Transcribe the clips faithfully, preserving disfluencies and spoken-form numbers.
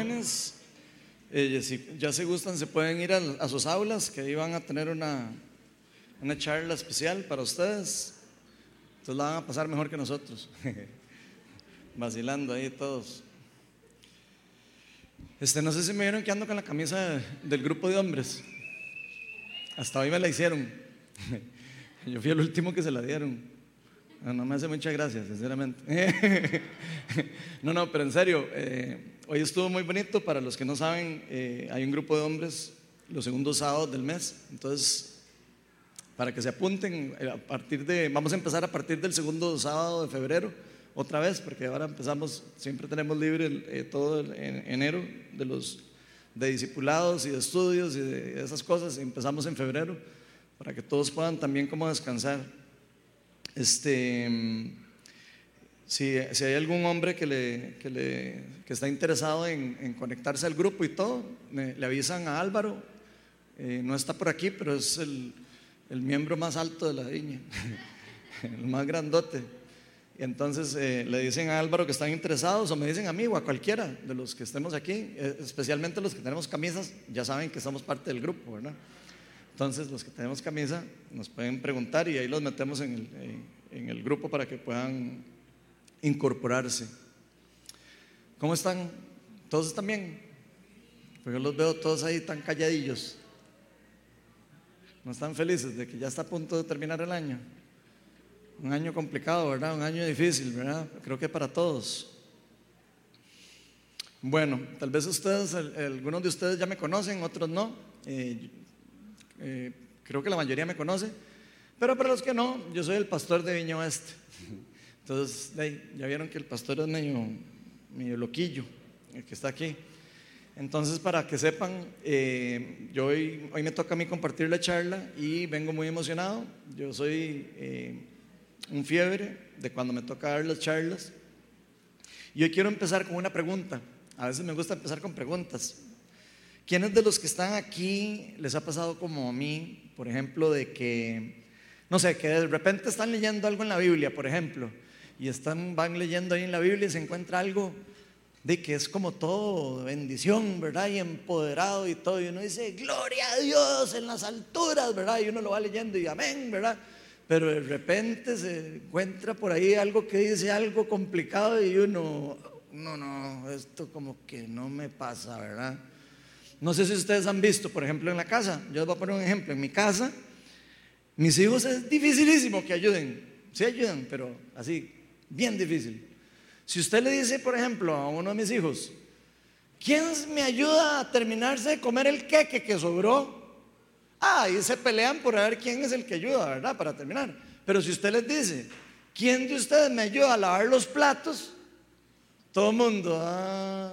jóvenes, eh, si ya se gustan, se pueden ir a, a sus aulas, que ahí van a tener una, una charla especial para ustedes. Entonces la van a pasar mejor que nosotros, vacilando ahí todos. Este, no sé si me vieron que ando con la camisa del grupo de hombres. Hasta hoy me la hicieron. Yo fui el último que se la dieron. No, no me hace mucha gracia, sinceramente. No, no, pero en serio, eh, hoy estuvo muy bonito. Para los que no saben, eh, hay un grupo de hombres los segundos sábados del mes. Entonces, para que se apunten, a partir de, vamos a empezar a partir del segundo sábado de febrero, otra vez, porque ahora empezamos, siempre tenemos libre eh, todo el, en enero de los de discipulados y de estudios y de, de esas cosas. Empezamos en febrero para que todos puedan también como descansar. Este, si, si hay algún hombre que, le, que, le, que está interesado en, en conectarse al grupo y todo, me, le avisan a Álvaro. Eh, no está por aquí, pero es el, el miembro más alto de la viña, el más grandote. Y entonces eh, le dicen a Álvaro que están interesados, o me dicen a mí o a cualquiera de los que estemos aquí, eh, especialmente los que tenemos camisas. Ya saben que somos parte del grupo, ¿verdad? Entonces los que tenemos camisa nos pueden preguntar y ahí los metemos en el, eh, en el grupo para que puedan incorporarse. ¿Cómo están? ¿Todos están bien? Porque yo los veo todos ahí tan calladillos. ¿No están felices de que ya está a punto de terminar el año? Un año complicado, ¿verdad? Un año difícil, ¿verdad? Creo que para todos. Bueno, tal vez ustedes, algunos de ustedes ya me conocen, otros no. Eh, eh, creo que la mayoría me conoce, pero para los que no, yo soy el pastor de Viña Oeste. Entonces, ya vieron que el pastor es medio, medio loquillo, el que está aquí. Entonces, para que sepan, eh, yo hoy, hoy me toca a mí compartir la charla y vengo muy emocionado. Yo soy eh, un fiebre de cuando me toca dar las charlas. Y hoy quiero empezar con una pregunta. A veces me gusta empezar con preguntas. ¿Quiénes de los que están aquí les ha pasado como a mí, por ejemplo, de que, no sé, que de repente están leyendo algo en la Biblia, por ejemplo, y están, van leyendo ahí en la Biblia y se encuentra algo de que es como todo bendición, ¿verdad? Y empoderado y todo, y uno dice, gloria a Dios en las alturas, ¿verdad? Y uno lo va leyendo y amén, ¿verdad? Pero de repente se encuentra por ahí algo que dice algo complicado y uno, no, no, esto como que no me pasa, ¿verdad? No sé si ustedes han visto, por ejemplo, en la casa. Yo les voy a poner un ejemplo. En mi casa, mis hijos es dificilísimo que ayuden. Sí ayudan, pero así, bien difícil. Si usted le dice, por ejemplo, a uno de mis hijos, ¿quién me ayuda a terminarse de comer el queque que sobró? Ah, y se pelean por ver quién es el que ayuda, ¿verdad? Para terminar. Pero si usted les dice, ¿quién de ustedes me ayuda a lavar los platos? Todo el mundo, ah,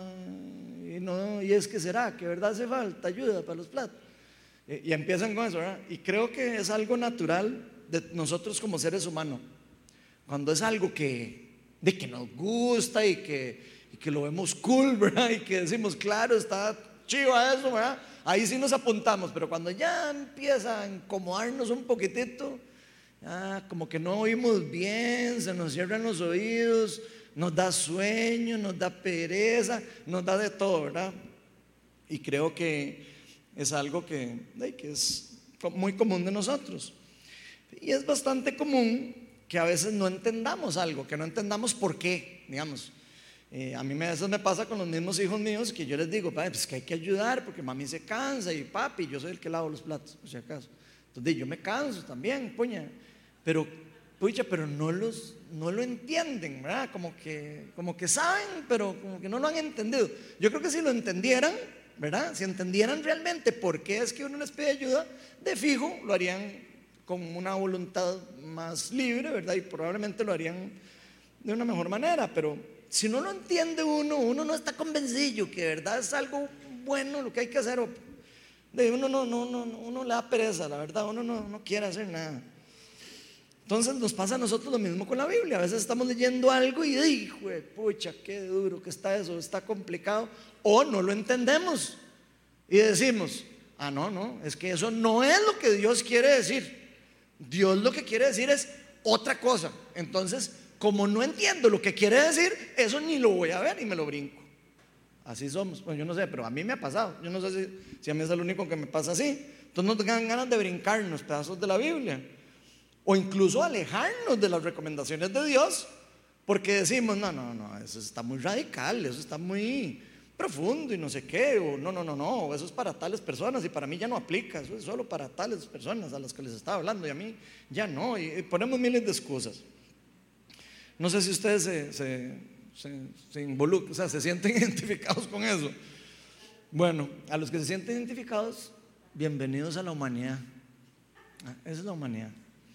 y, no, y es que será que verdad hace falta ayuda para los platos. Y, y empiezan con eso, ¿verdad? Y creo que es algo natural de nosotros como seres humanos. Cuando es algo que, de que nos gusta y que, y que lo vemos cool, ¿verdad? Y que decimos, claro, está chiva eso, ¿verdad? Ahí sí nos apuntamos, pero cuando ya empieza a incomodarnos un poquitito, ah, como que no oímos bien, se nos cierran los oídos, nos da sueño, nos da pereza, nos da de todo, ¿verdad? Y creo que es algo que, que es muy común de nosotros. Y es bastante común que a veces no entendamos algo, que no entendamos por qué, digamos. Eh, a mí me, a veces me pasa con los mismos hijos míos que yo les digo, pues que hay que ayudar porque mami se cansa y papi, yo soy el que lavo los platos, por si acaso. Entonces yo me canso también, puña, pero, pucha, pero no, los, no lo entienden, ¿verdad? Como que, como que saben, pero como que no lo han entendido. Yo creo que si lo entendieran, ¿verdad? Si entendieran realmente por qué es que uno les pide ayuda, de fijo lo harían con una voluntad más libre, ¿verdad? Y probablemente lo harían de una mejor manera, pero si no lo entiende uno, uno no está convencido que de verdad es algo bueno lo que hay que hacer, uno no, no, no, uno le da pereza, la verdad, uno no, no quiere hacer nada. Entonces nos pasa a nosotros lo mismo con la Biblia. A veces estamos leyendo algo y hijo de pucha, qué duro que está eso, está complicado, o no lo entendemos y decimos, ah, no, no, es que eso no es lo que Dios quiere decir. Dios lo que quiere decir es otra cosa. Entonces, como no entiendo lo que quiere decir, eso ni lo voy a ver y me lo brinco. así somos. Bueno, yo no sé, pero a mí me ha pasado. Yo no sé si, si a mí es el único que me pasa así. Entonces nos dan ganas de brincarnos pedazos de la Biblia, o incluso alejarnos de las recomendaciones de Dios, porque decimos, no, no, no, eso está muy radical, eso está muy profundo y no sé qué, o no, no, no, no, eso es para tales personas y para mí ya no aplica, eso es solo para tales personas a las que les estaba hablando y a mí ya no, y, y ponemos miles de excusas. No sé si ustedes se, se, se, se involucran, o sea, se sienten identificados con eso. Bueno, a los que se sienten identificados, bienvenidos a la humanidad. Esa es la humanidad.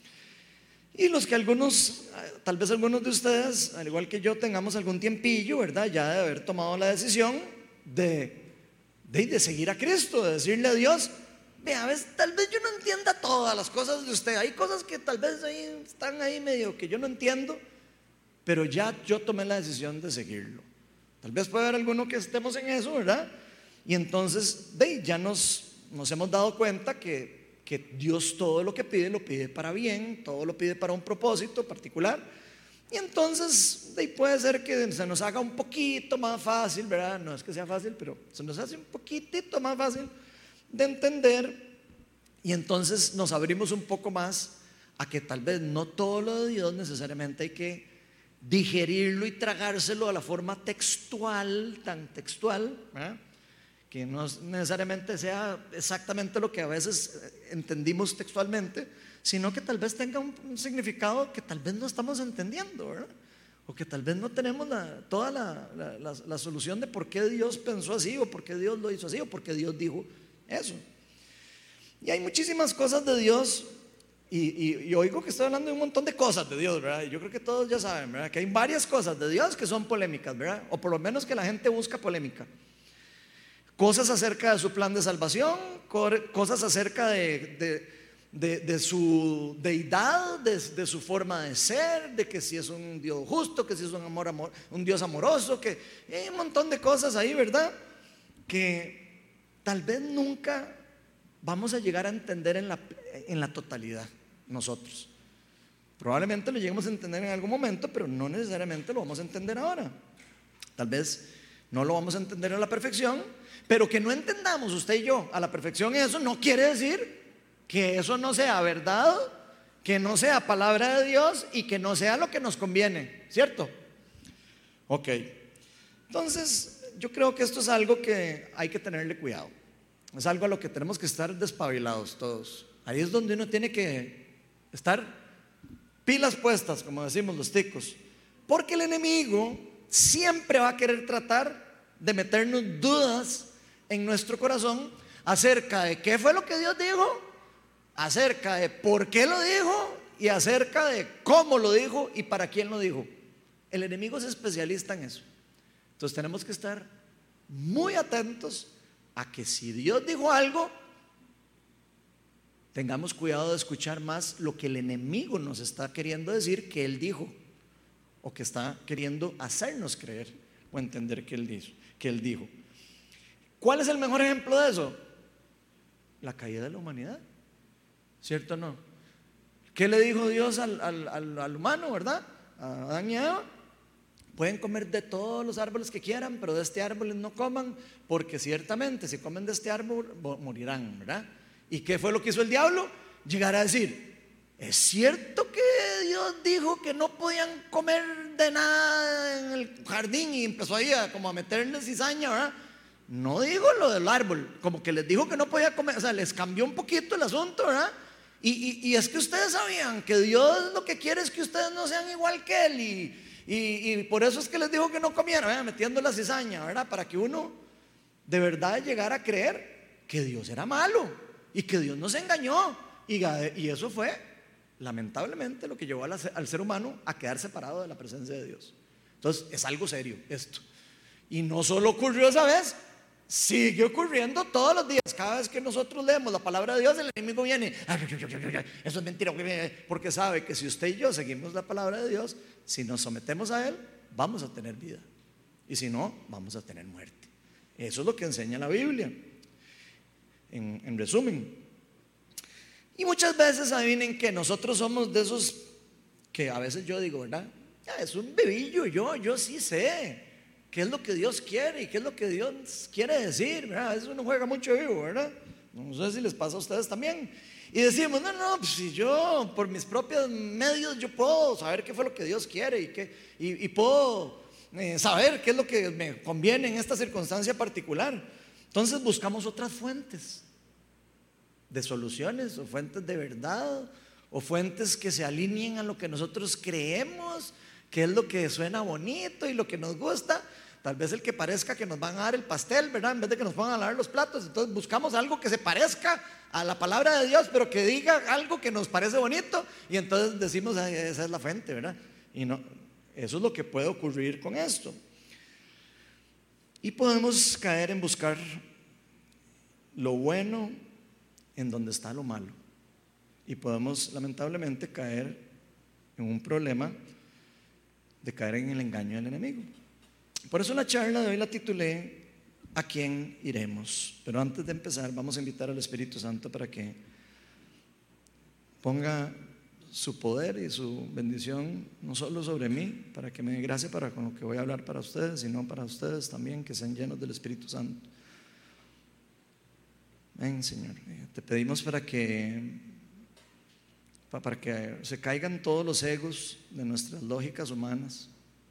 Y los que algunos, tal vez algunos de ustedes, al igual que yo, tengamos algún tiempillo, ¿verdad? Ya de haber tomado la decisión de, de, de seguir a Cristo, de decirle a Dios, vea, a veces, tal vez yo no entienda todas las cosas de usted, hay cosas que tal vez ahí están ahí medio que yo no entiendo, pero ya yo tomé la decisión de seguirlo. Tal vez puede haber alguno que estemos en eso, ¿verdad? Y entonces, de, ya nos, nos hemos dado cuenta que que Dios todo lo que pide, lo pide para bien, todo lo pide para un propósito particular. Y entonces puede ser que se nos haga un poquito más fácil, ¿verdad? No es que sea fácil, pero se nos hace un poquitito más fácil de entender. Y entonces nos abrimos un poco más a que tal vez no todo lo de Dios necesariamente hay que digerirlo y tragárselo a la forma textual, tan textual, ¿verdad? Que no necesariamente sea exactamente lo que a veces entendimos textualmente, sino que tal vez tenga un, un significado que tal vez no estamos entendiendo, ¿verdad? O que tal vez no tenemos la, toda la, la, la, la solución de por qué Dios pensó así, o por qué Dios lo hizo así, o por qué Dios dijo eso. Y hay muchísimas cosas de Dios, y, y, y oigo que estoy hablando de un montón de cosas de Dios, ¿verdad? Y yo creo que todos ya saben, ¿verdad? Que hay varias cosas de Dios que son polémicas, ¿verdad? O por lo menos que la gente busca polémica. Cosas acerca de su plan de salvación, cosas acerca de, de, de, de su deidad, de, de su forma de ser, de que si es un Dios justo, que si es un, amor, amor, un Dios amoroso, que hay un montón de cosas ahí, ¿verdad? Que tal vez nunca vamos a llegar a entender en la, en la totalidad nosotros. Probablemente lo lleguemos a entender en algún momento, pero no necesariamente lo vamos a entender ahora. Tal vez no lo vamos a entender a la perfección, pero que no entendamos usted y yo a la perfección eso no quiere decir que eso no sea verdad, que no sea palabra de Dios y que no sea lo que nos conviene, ¿cierto? Ok, entonces yo creo que esto es algo que hay que tenerle cuidado, es algo a lo que tenemos que estar despabilados todos. Ahí es donde uno tiene que estar pilas puestas, como decimos los ticos, porque el enemigo siempre va a querer tratar de meternos dudas en nuestro corazón acerca de qué fue lo que Dios dijo, acerca de por qué lo dijo y acerca de cómo lo dijo y para quién lo dijo. El enemigo es especialista en eso. Entonces tenemos que estar muy atentos a que si Dios dijo algo, tengamos cuidado de escuchar más lo que el enemigo nos está queriendo decir que Él dijo, o que está queriendo hacernos creer o entender que Él dijo, que Él dijo. ¿Cuál es el mejor ejemplo de eso? La caída de la humanidad, ¿cierto o no? ¿Qué le dijo Dios al, al, al, al humano, verdad? A Adán y Eva: pueden comer de todos los árboles que quieran, pero de este árbol no coman, porque ciertamente si comen de este árbol morirán, ¿verdad? ¿Y qué fue lo que hizo el diablo? Llegar a decir: ¿es cierto que Dios dijo que no podían comer de nada en el jardín? Y empezó ahí a, como a meterle cizaña, ¿verdad? No dijo lo del árbol, como que les dijo que no podía comer, o sea, les cambió un poquito el asunto, ¿verdad? Y, y, y es que ustedes sabían que Dios lo que quiere es que ustedes no sean igual que Él, y, y, y por eso es que les dijo que no comieran, ¿verdad? Metiendo la cizaña, ¿verdad? Para que uno de verdad llegara a creer que Dios era malo y que Dios nos engañó, y, y eso fue lamentablemente lo que llevó al, al ser humano a quedar separado de la presencia de Dios. Entonces es algo serio esto, y no solo ocurrió esa vez, sigue ocurriendo todos los días. Cada vez que nosotros leemos la palabra de Dios, el enemigo viene: eso es mentira, porque sabe que si usted y yo seguimos la palabra de Dios, si nos sometemos a Él, vamos a tener vida, y si no, vamos a tener muerte. Eso es lo que enseña la Biblia, en, en resumen. Y muchas veces adivinen que nosotros somos de esos que a veces yo digo, ¿verdad? Ya, es un bebillo, yo, yo sí sé qué es lo que Dios quiere y qué es lo que Dios quiere decir, ¿verdad? A veces uno juega mucho vivo, ¿verdad? No sé si les pasa a ustedes también. Y decimos, no, no, pues si yo por mis propios medios yo puedo saber qué fue lo que Dios quiere y, qué, y, y puedo eh, saber qué es lo que me conviene en esta circunstancia particular. Entonces buscamos otras fuentes de soluciones o fuentes de verdad o fuentes que se alineen a lo que nosotros creemos, que es lo que suena bonito y lo que nos gusta. Tal vez el que parezca que nos van a dar el pastel, ¿verdad? En vez de que nos pongan a lavar los platos. Entonces buscamos algo que se parezca a la palabra de Dios, pero que diga algo que nos parece bonito. Y entonces decimos, ay, esa es la fuente, ¿verdad? Y no, eso es lo que puede ocurrir con esto. Y podemos caer en buscar lo bueno en donde está lo malo. Y podemos lamentablemente caer en un problema de caer en el engaño del enemigo. Por eso la charla de hoy la titulé ¿A quién iremos? Pero antes de empezar vamos a invitar al Espíritu Santo para que ponga su poder y su bendición no solo sobre mí, para que me dé gracia para con lo que voy a hablar para ustedes, sino para ustedes también, que sean llenos del Espíritu Santo. Ven, Señor, te pedimos para que para que se caigan todos los egos de nuestras lógicas humanas.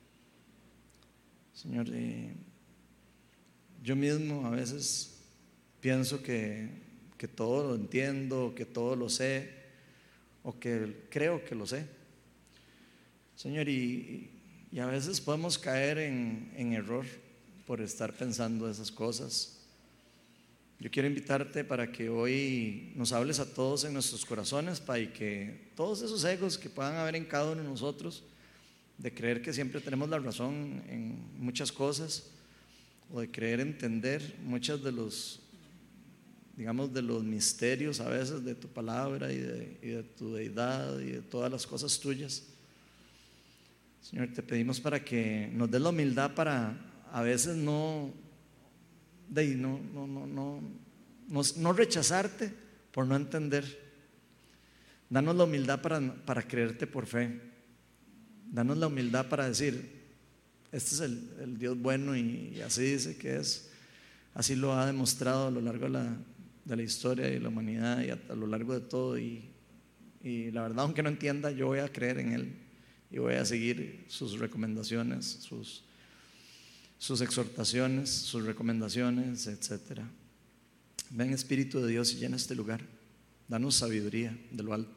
Señor, eh, yo mismo a veces pienso que, que todo lo entiendo, que todo lo sé, o que creo que lo sé. Señor, y, y a veces podemos caer en, en error por estar pensando esas cosas. Yo quiero invitarte para que hoy nos hables a todos en nuestros corazones, para que todos esos egos que puedan haber en cada uno de nosotros, de creer que siempre tenemos la razón en muchas cosas, o de creer entender muchos de los, digamos, de los misterios a veces de tu palabra y de, y de tu deidad y de todas las cosas tuyas. Señor, te pedimos para que nos des la humildad para a veces no, de, no, no, no, no, no, no rechazarte por no entender. Danos la humildad para, para creerte por fe. Danos la humildad para decir, este es el, el Dios bueno y, y así dice que es. Así lo ha demostrado a lo largo de la, de la historia y la humanidad y a, a lo largo de todo. Y, y la verdad, aunque no entienda, yo voy a creer en Él y voy a seguir sus recomendaciones, sus, sus exhortaciones, sus recomendaciones, etcétera. Ven, Espíritu de Dios, y llena este lugar. Danos sabiduría de lo alto.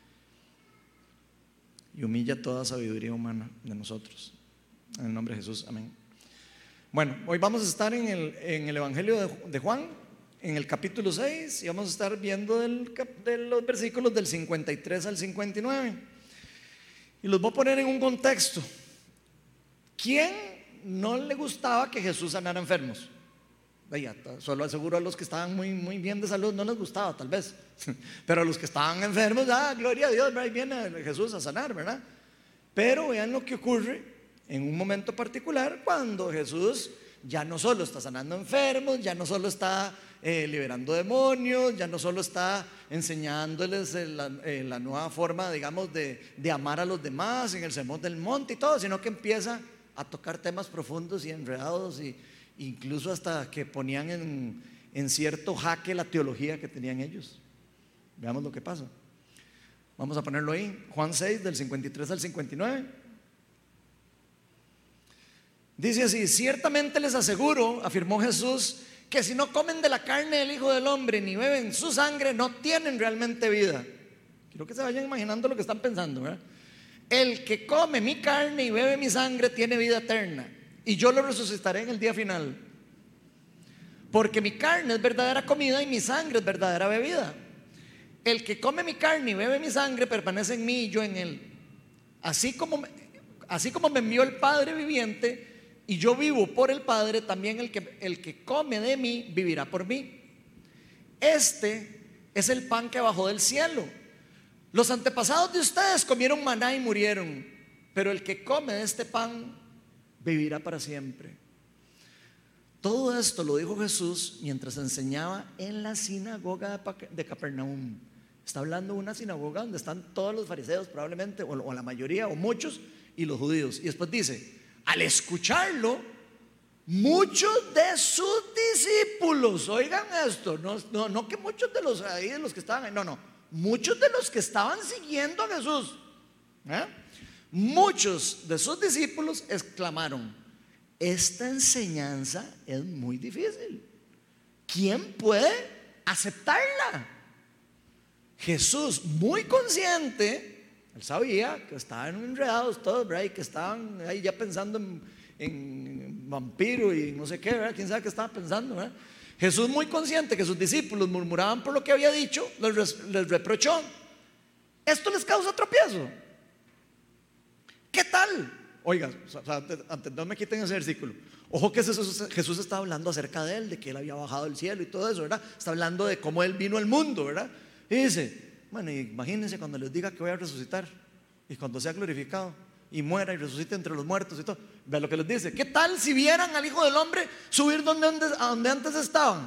Y humilla toda sabiduría humana de nosotros. En el nombre de Jesús, amén. Bueno, hoy vamos a estar en el, en el Evangelio de, de Juan, en el capítulo seis, y vamos a estar viendo del, de los versículos del cincuenta y tres al cincuenta y nueve. Y los voy a poner en un contexto. ¿Quién no le gustaba que Jesús sanara enfermos? Vaya, solo aseguro a los que estaban muy, muy bien de salud no les gustaba, tal vez. Pero a los que estaban enfermos, ah, gloria a Dios, ahí viene Jesús a sanar, ¿verdad? Pero vean lo que ocurre en un momento particular cuando Jesús ya no solo está sanando enfermos, ya no solo está eh, liberando demonios, ya no solo está enseñándoles eh, la, eh, la nueva forma, digamos, de, de amar a los demás en el sermón del monte y todo, sino que empieza a tocar temas profundos y enredados, y incluso hasta que ponían en, en cierto jaque la teología que tenían ellos. Veamos lo que pasa. Vamos a ponerlo ahí, Juan seis, del cincuenta y tres al cincuenta y nueve. Dice así: ciertamente les aseguro, afirmó Jesús, que si no comen de la carne del Hijo del Hombre ni beben su sangre, no tienen realmente vida. Quiero que se vayan imaginando lo que están pensando, ¿verdad? El que come mi carne y bebe mi sangre tiene vida eterna, y yo lo resucitaré en el día final. Porque mi carne es verdadera comida y mi sangre es verdadera bebida. El que come mi carne y bebe mi sangre permanece en mí y yo en él. Así como, así como me envió el Padre viviente y yo vivo por el Padre, también el que, el que come de mí vivirá por mí. Este es el pan que bajó del cielo. Los antepasados de ustedes comieron maná y murieron, pero el que come de este pan vivirá para siempre. Todo esto lo dijo Jesús mientras enseñaba en la sinagoga de Capernaum. Está hablando de una sinagoga donde están todos los fariseos probablemente, o la mayoría o muchos, y los judíos. Y después dice: al escucharlo, muchos de sus discípulos, oigan esto, no, no, no que muchos de los ahí, de los que estaban ahí, no, no, muchos de los que estaban siguiendo a Jesús, ¿eh? Muchos de sus discípulos exclamaron: esta enseñanza es muy difícil, ¿quién puede aceptarla? Jesús, muy consciente, él sabía que estaban enredados todos, ¿verdad? Y que estaban ahí ya pensando en, en vampiro y no sé qué, ¿verdad? Quién sabe qué estaba pensando, ¿verdad? Jesús, muy consciente que sus discípulos murmuraban por lo que había dicho, les, les reprochó: esto les causa tropiezo. ¿Qué tal? Oiga, o sea, antes no me quiten ese versículo. Ojo que Jesús, Jesús está hablando acerca de él, de que él había bajado del cielo y todo eso, ¿verdad? Está hablando de cómo él vino al mundo, ¿verdad? Y dice: bueno, imagínense cuando les diga que voy a resucitar y cuando sea glorificado y muera y resucite entre los muertos y todo. Vean lo que les dice: ¿qué tal si vieran al Hijo del Hombre subir donde, a donde antes estaban?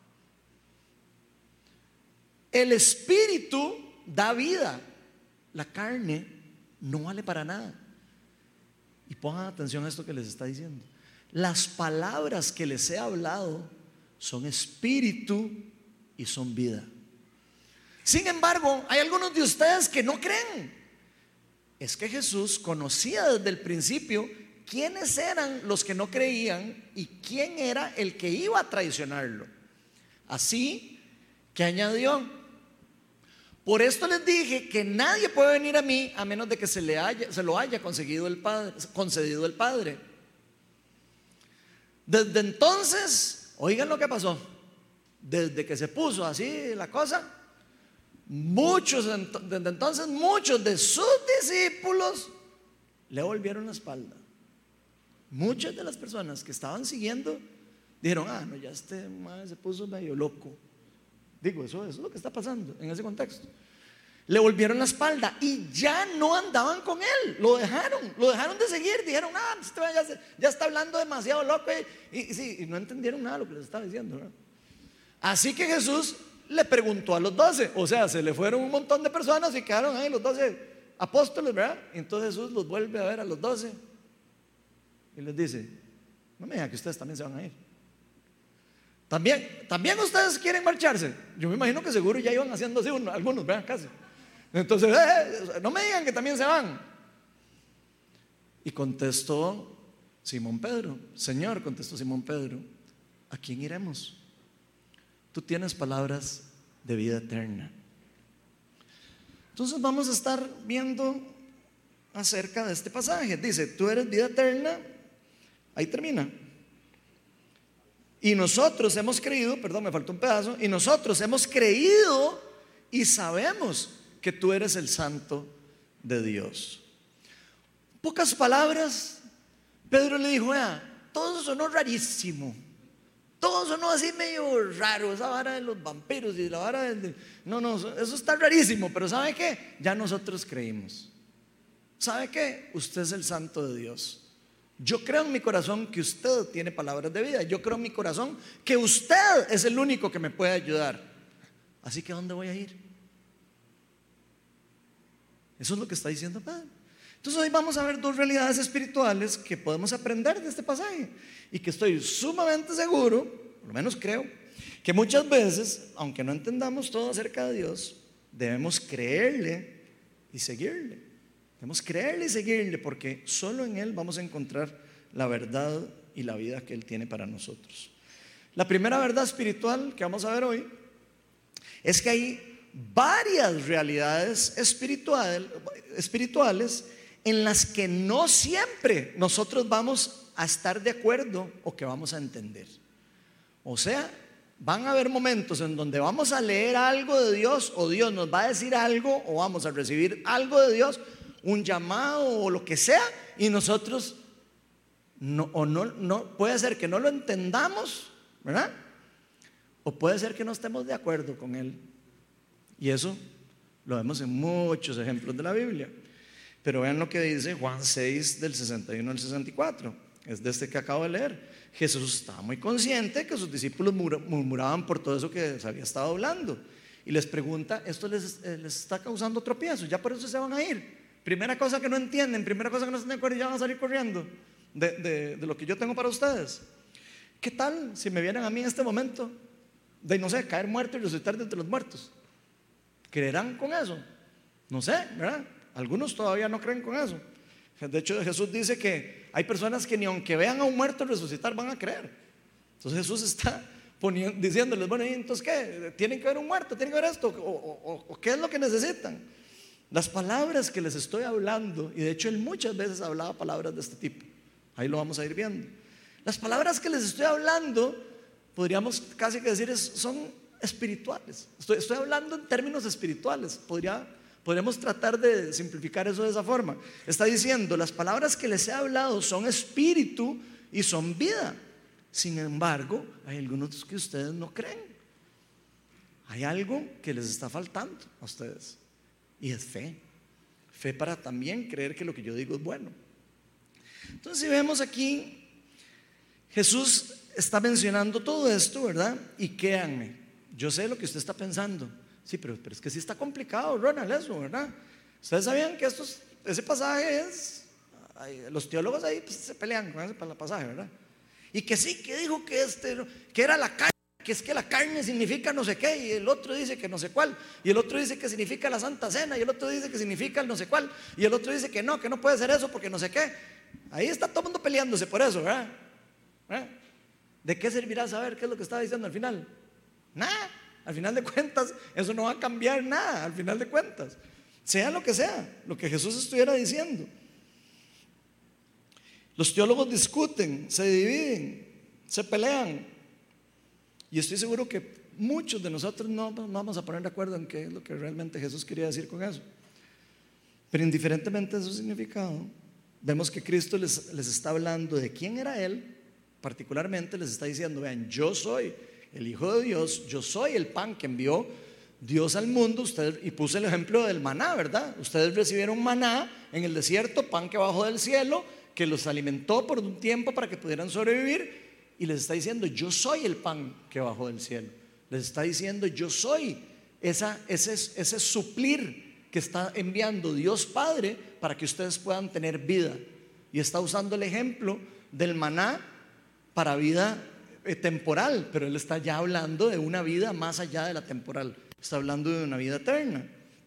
El Espíritu da vida, la carne no vale para nada. Y pongan atención a esto que les está diciendo: las palabras que les he hablado son espíritu y son vida. Sin embargo, hay algunos de ustedes que no creen. Es que Jesús conocía desde el principio quiénes eran los que no creían y quién era el que iba a traicionarlo. Así que añadió: por esto les dije que nadie puede venir a mí a menos de que se, le haya, se lo haya conseguido el Padre, concedido el Padre. Desde entonces, oigan lo que pasó. Desde que se puso así la cosa, muchos, desde entonces muchos de sus discípulos le volvieron la espalda. Muchas de las personas que estaban siguiendo dijeron: ah, no, ya este madre se puso medio loco. Digo, eso, eso es lo que está pasando en ese contexto. Le volvieron la espalda y ya no andaban con él. Lo dejaron, lo dejaron de seguir. Dijeron: ah, este ya, se, ya está hablando demasiado loco. Y, y, sí, y no entendieron nada de lo que les estaba diciendo, ¿no? Así que Jesús le preguntó a los doce. O sea, se le fueron un montón de personas y quedaron ahí los doce apóstoles, ¿verdad? Y entonces Jesús los vuelve a ver a los doce y les dice: no me digan que ustedes también se van a ir. También, también ustedes quieren marcharse. Yo me imagino que seguro ya iban haciendo así uno, algunos, vean, casi. Entonces, eh, no me digan que también se van. Y contestó Simón Pedro: Señor, contestó Simón Pedro, ¿a quién iremos? Tú tienes palabras de vida eterna. Entonces vamos a estar viendo acerca de este pasaje. Dice: tú eres vida eterna. Ahí termina. Y nosotros hemos creído, perdón, me faltó un pedazo. Y nosotros hemos creído y sabemos que tú eres el Santo de Dios. Pocas palabras, Pedro le dijo: vea, todo eso sonó rarísimo. Todo sonó así medio raro. Esa vara de los vampiros y la vara de... No, no, eso está rarísimo. Pero ¿sabe qué? Ya nosotros creímos. ¿Sabe qué? Usted es el Santo de Dios. Yo creo en mi corazón que usted tiene palabras de vida. Yo creo en mi corazón que usted es el único que me puede ayudar. Así que ¿a dónde voy a ir? Eso es lo que está diciendo Pedro. Entonces hoy vamos a ver dos realidades espirituales que podemos aprender de este pasaje y que estoy sumamente seguro, por lo menos creo, que muchas veces, aunque no entendamos todo acerca de Dios, debemos creerle y seguirle. Debemos creerle y seguirle, porque solo en Él vamos a encontrar la verdad y la vida que Él tiene para nosotros. La primera verdad espiritual que vamos a ver hoy es que hay varias realidades espiritual, espirituales en las que no siempre nosotros vamos a estar de acuerdo o que vamos a entender. O sea, van a haber momentos en donde vamos a leer algo de Dios, o Dios nos va a decir algo, o vamos a recibir algo de Dios, un llamado o lo que sea, y nosotros no, o no, no, puede ser que no lo entendamos, ¿verdad? O puede ser que no estemos de acuerdo con él. Y eso lo vemos en muchos ejemplos de la Biblia. Pero vean lo que dice Juan seis del sesenta y uno al sesenta y cuatro. Es de este que acabo de leer. Jesús estaba muy consciente que sus discípulos murmuraban por todo eso que se había estado hablando, y les pregunta: esto les, les está causando tropiezos, ya por eso se van a ir. Primera cosa que no entienden, primera cosa que no están de acuerdo, y ya van a salir corriendo de, de, de lo que yo tengo para ustedes. ¿Qué tal si me vieran a mí en este momento de, no sé, caer muerto y resucitar de entre los muertos? ¿Creerán con eso? No sé, ¿verdad? Algunos todavía no creen con eso. De hecho, Jesús dice que hay personas que ni aunque vean a un muerto resucitar van a creer. Entonces Jesús está poniendo, diciéndoles, bueno, ¿y entonces qué? ¿Tienen que ver un muerto? ¿Tienen que ver esto? ¿O, o, o qué es lo que necesitan? Las palabras que les estoy hablando, y de hecho Él muchas veces hablaba palabras de este tipo, ahí lo vamos a ir viendo. Las palabras que les estoy hablando, podríamos casi que decir, es, son espirituales. Estoy, estoy hablando en términos espirituales. Podría, podríamos tratar de simplificar eso de esa forma. Está diciendo, las palabras que les he hablado son espíritu y son vida. Sin embargo, hay algunos que ustedes no creen. Hay algo que les está faltando a ustedes, y es fe. Fe para también creer que lo que yo digo es bueno. Entonces, si vemos aquí, Jesús está mencionando todo esto, ¿verdad? Y créanme, yo sé lo que usted está pensando. Sí, pero, pero es que sí está complicado, Ronald, eso, ¿verdad? Ustedes sabían que estos, ese pasaje es, los teólogos ahí pues, se pelean con ese pasaje, ¿verdad? Y que sí, que dijo que, este, que era la carne, que es que la carne significa no sé qué, y el otro dice que no sé cuál, y el otro dice que significa la Santa Cena, y el otro dice que significa el no sé cuál, y el otro dice que no, que no puede ser eso porque no sé qué. Ahí está todo el mundo peleándose por eso, ¿verdad? ¿verdad? ¿De qué servirá saber qué es lo que estaba diciendo al final? Nada, al final de cuentas eso no va a cambiar nada, al final de cuentas, sea lo que sea, lo que Jesús estuviera diciendo. Los teólogos discuten, se dividen, se pelean, y estoy seguro que muchos de nosotros no nos vamos a poner de acuerdo en qué es lo que realmente Jesús quería decir con eso. Pero indiferentemente de su significado, vemos que Cristo les, les está hablando de quién era Él. Particularmente les está diciendo, vean, yo soy el Hijo de Dios, yo soy el pan que envió Dios al mundo. Ustedes, y puse el ejemplo del maná, ¿verdad? Ustedes recibieron maná en el desierto, pan que bajó del cielo, que los alimentó por un tiempo para que pudieran sobrevivir. Y les está diciendo, yo soy el pan que bajó del cielo. Les está diciendo, yo soy esa, ese, ese suplir que está enviando Dios Padre para que ustedes puedan tener vida. Y está usando el ejemplo del maná para vida eh, temporal, pero Él está ya hablando de una vida más allá de la temporal. Está hablando de una vida eterna.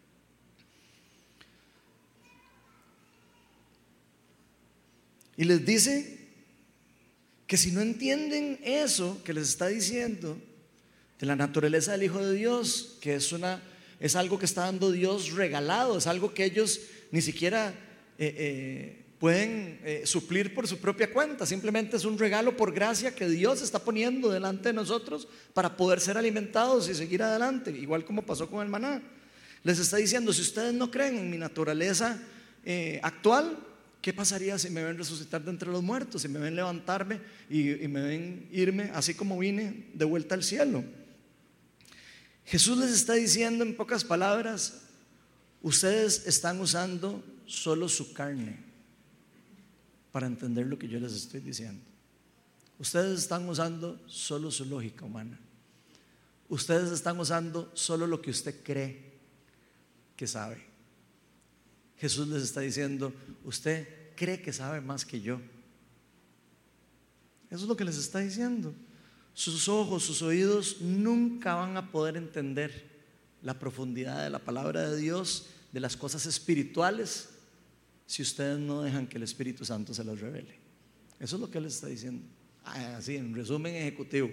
Y les dice que si no entienden eso que les está diciendo de la naturaleza del Hijo de Dios, que es, una, es algo que está dando Dios regalado, es algo que ellos ni siquiera eh, eh, pueden eh, suplir por su propia cuenta, simplemente es un regalo por gracia que Dios está poniendo delante de nosotros para poder ser alimentados y seguir adelante, igual como pasó con el maná. Les está diciendo, si ustedes no creen en mi naturaleza eh, actual, ¿qué pasaría si me ven resucitar de entre los muertos? Si me ven levantarme y, y me ven irme así como vine de vuelta al cielo. Jesús les está diciendo en pocas palabras, ustedes están usando solo su carne para entender lo que yo les estoy diciendo. Ustedes están usando solo su lógica humana. Ustedes están usando solo lo que usted cree que sabe. Jesús les está diciendo, usted cree que sabe más que yo. Eso es lo que les está diciendo. Sus ojos, sus oídos nunca van a poder entender la profundidad de la palabra de Dios, de las cosas espirituales, si ustedes no dejan que el Espíritu Santo se las revele. Eso es lo que Él les está diciendo, así en resumen ejecutivo.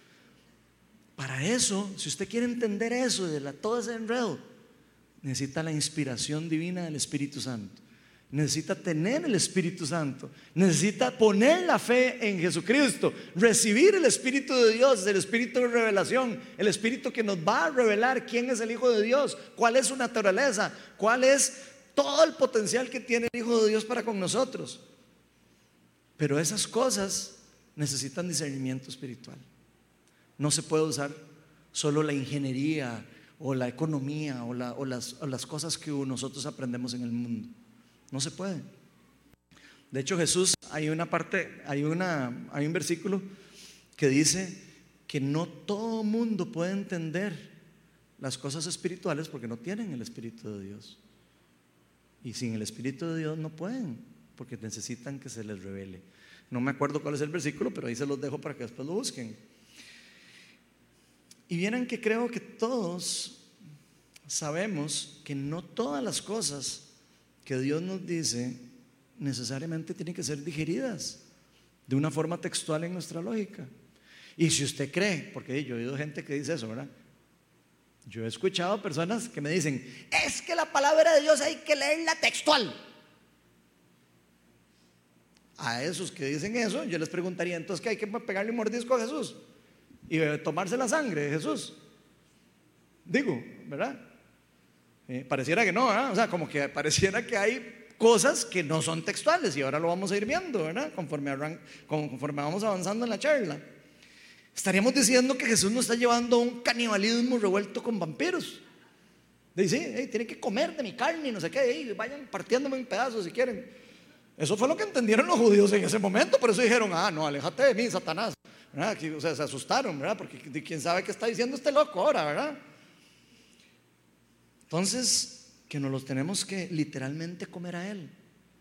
Para eso, si usted quiere entender eso de la, todo ese enredo, necesita la inspiración divina del Espíritu Santo. Necesita tener el Espíritu Santo. Necesita poner la fe en Jesucristo. Recibir el Espíritu de Dios, el Espíritu de revelación, el Espíritu que nos va a revelar quién es el Hijo de Dios, cuál es su naturaleza, cuál es todo el potencial que tiene el Hijo de Dios para con nosotros. Pero esas cosas necesitan discernimiento espiritual. No se puede usar solo la ingeniería o la economía o, la, o, las, o las cosas que nosotros aprendemos en el mundo. No se puede. De hecho, Jesús, hay una parte, hay, una, hay un versículo que dice que no todo mundo puede entender las cosas espirituales porque no tienen el Espíritu de Dios. Y sin el Espíritu de Dios no pueden, porque necesitan que se les revele. No me acuerdo cuál es el versículo, pero ahí se los dejo para que después lo busquen. Y vieran que creo que todos sabemos que no todas las cosas que Dios nos dice necesariamente tienen que ser digeridas de una forma textual en nuestra lógica. Y si usted cree, porque yo he oído gente que dice eso, ¿verdad? Yo he escuchado personas que me dicen, es que la palabra de Dios hay que leerla textual. A esos que dicen eso, yo les preguntaría, entonces, ¿qué hay que pegarle un mordisco a Jesús? Y tomarse la sangre de Jesús. Digo, ¿verdad? Eh, pareciera que no, ¿verdad? O sea, como que pareciera que hay cosas que no son textuales, y ahora lo vamos a ir viendo, ¿verdad? Conforme, arran- conforme vamos avanzando en la charla. Estaríamos diciendo que Jesús nos está llevando a un canibalismo revuelto con vampiros. Dice, sí, hey, tienen que comer de mi carne y no sé qué, hey, vayan partiéndome en pedazos si quieren. Eso fue lo que entendieron los judíos en ese momento. Por eso dijeron, ah, no, aléjate de mí, Satanás, ¿verdad? O sea, se asustaron, ¿verdad? Porque quién sabe qué está diciendo este loco ahora, ¿verdad? Entonces, que nos los tenemos que literalmente comer a Él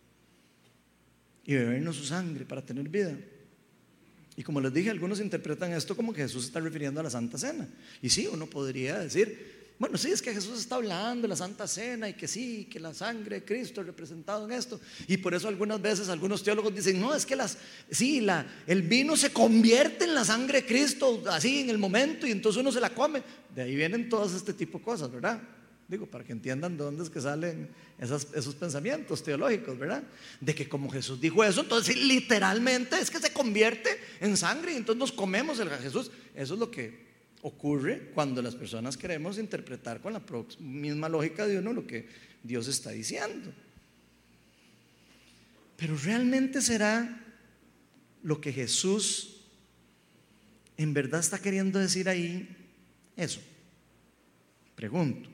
y bebernos su sangre para tener vida. Y como les dije, algunos interpretan esto como que Jesús se está refiriendo a la Santa Cena. Y sí, uno podría decir, bueno, sí, es que Jesús está hablando de la Santa Cena y que sí, que la sangre de Cristo es representado en esto. Y por eso algunas veces algunos teólogos dicen, no, es que las, sí, la, el vino se convierte en la sangre de Cristo así en el momento y entonces uno se la come. De ahí vienen todos este tipo de cosas, ¿verdad? Digo, para que entiendan de dónde es que salen esas, esos pensamientos teológicos, ¿verdad? De que como Jesús dijo eso, entonces literalmente es que se convierte en sangre y entonces nos comemos el Jesús. Eso es lo que ocurre cuando las personas queremos interpretar con la misma lógica de uno lo que Dios está diciendo. Pero ¿realmente será lo que Jesús en verdad está queriendo decir ahí eso? Pregunto.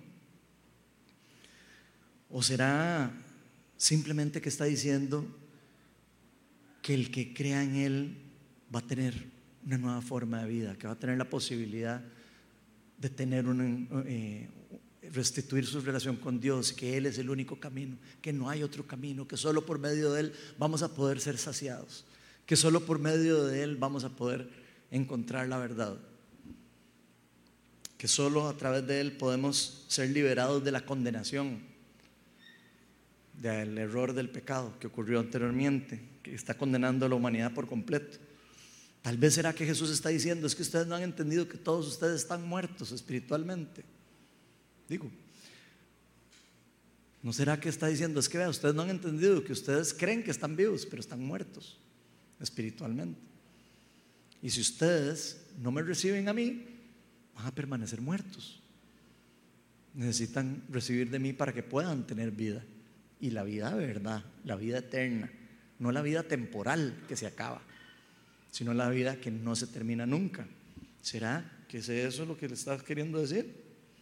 ¿O será simplemente que está diciendo que el que crea en Él va a tener una nueva forma de vida, que va a tener la posibilidad de tener un, eh, restituir su relación con Dios, que Él es el único camino, que no hay otro camino, que solo por medio de Él vamos a poder ser saciados, que solo por medio de Él vamos a poder encontrar la verdad, que solo a través de Él podemos ser liberados de la condenación, del error del pecado que ocurrió anteriormente, que está condenando a la humanidad por completo. Tal vez será que Jesús está diciendo, es que ustedes no han entendido que todos ustedes están muertos espiritualmente. Digo, ¿no será que está diciendo, es que vea, ustedes no han entendido que ustedes creen que están vivos, pero están muertos espiritualmente? Y si ustedes no me reciben a mí, van a permanecer muertos. Necesitan recibir de mí para que puedan tener vida. Y la vida de verdad, la vida eterna, no la vida temporal que se acaba, sino la vida que no se termina nunca. ¿Será que es eso lo que le estás queriendo decir?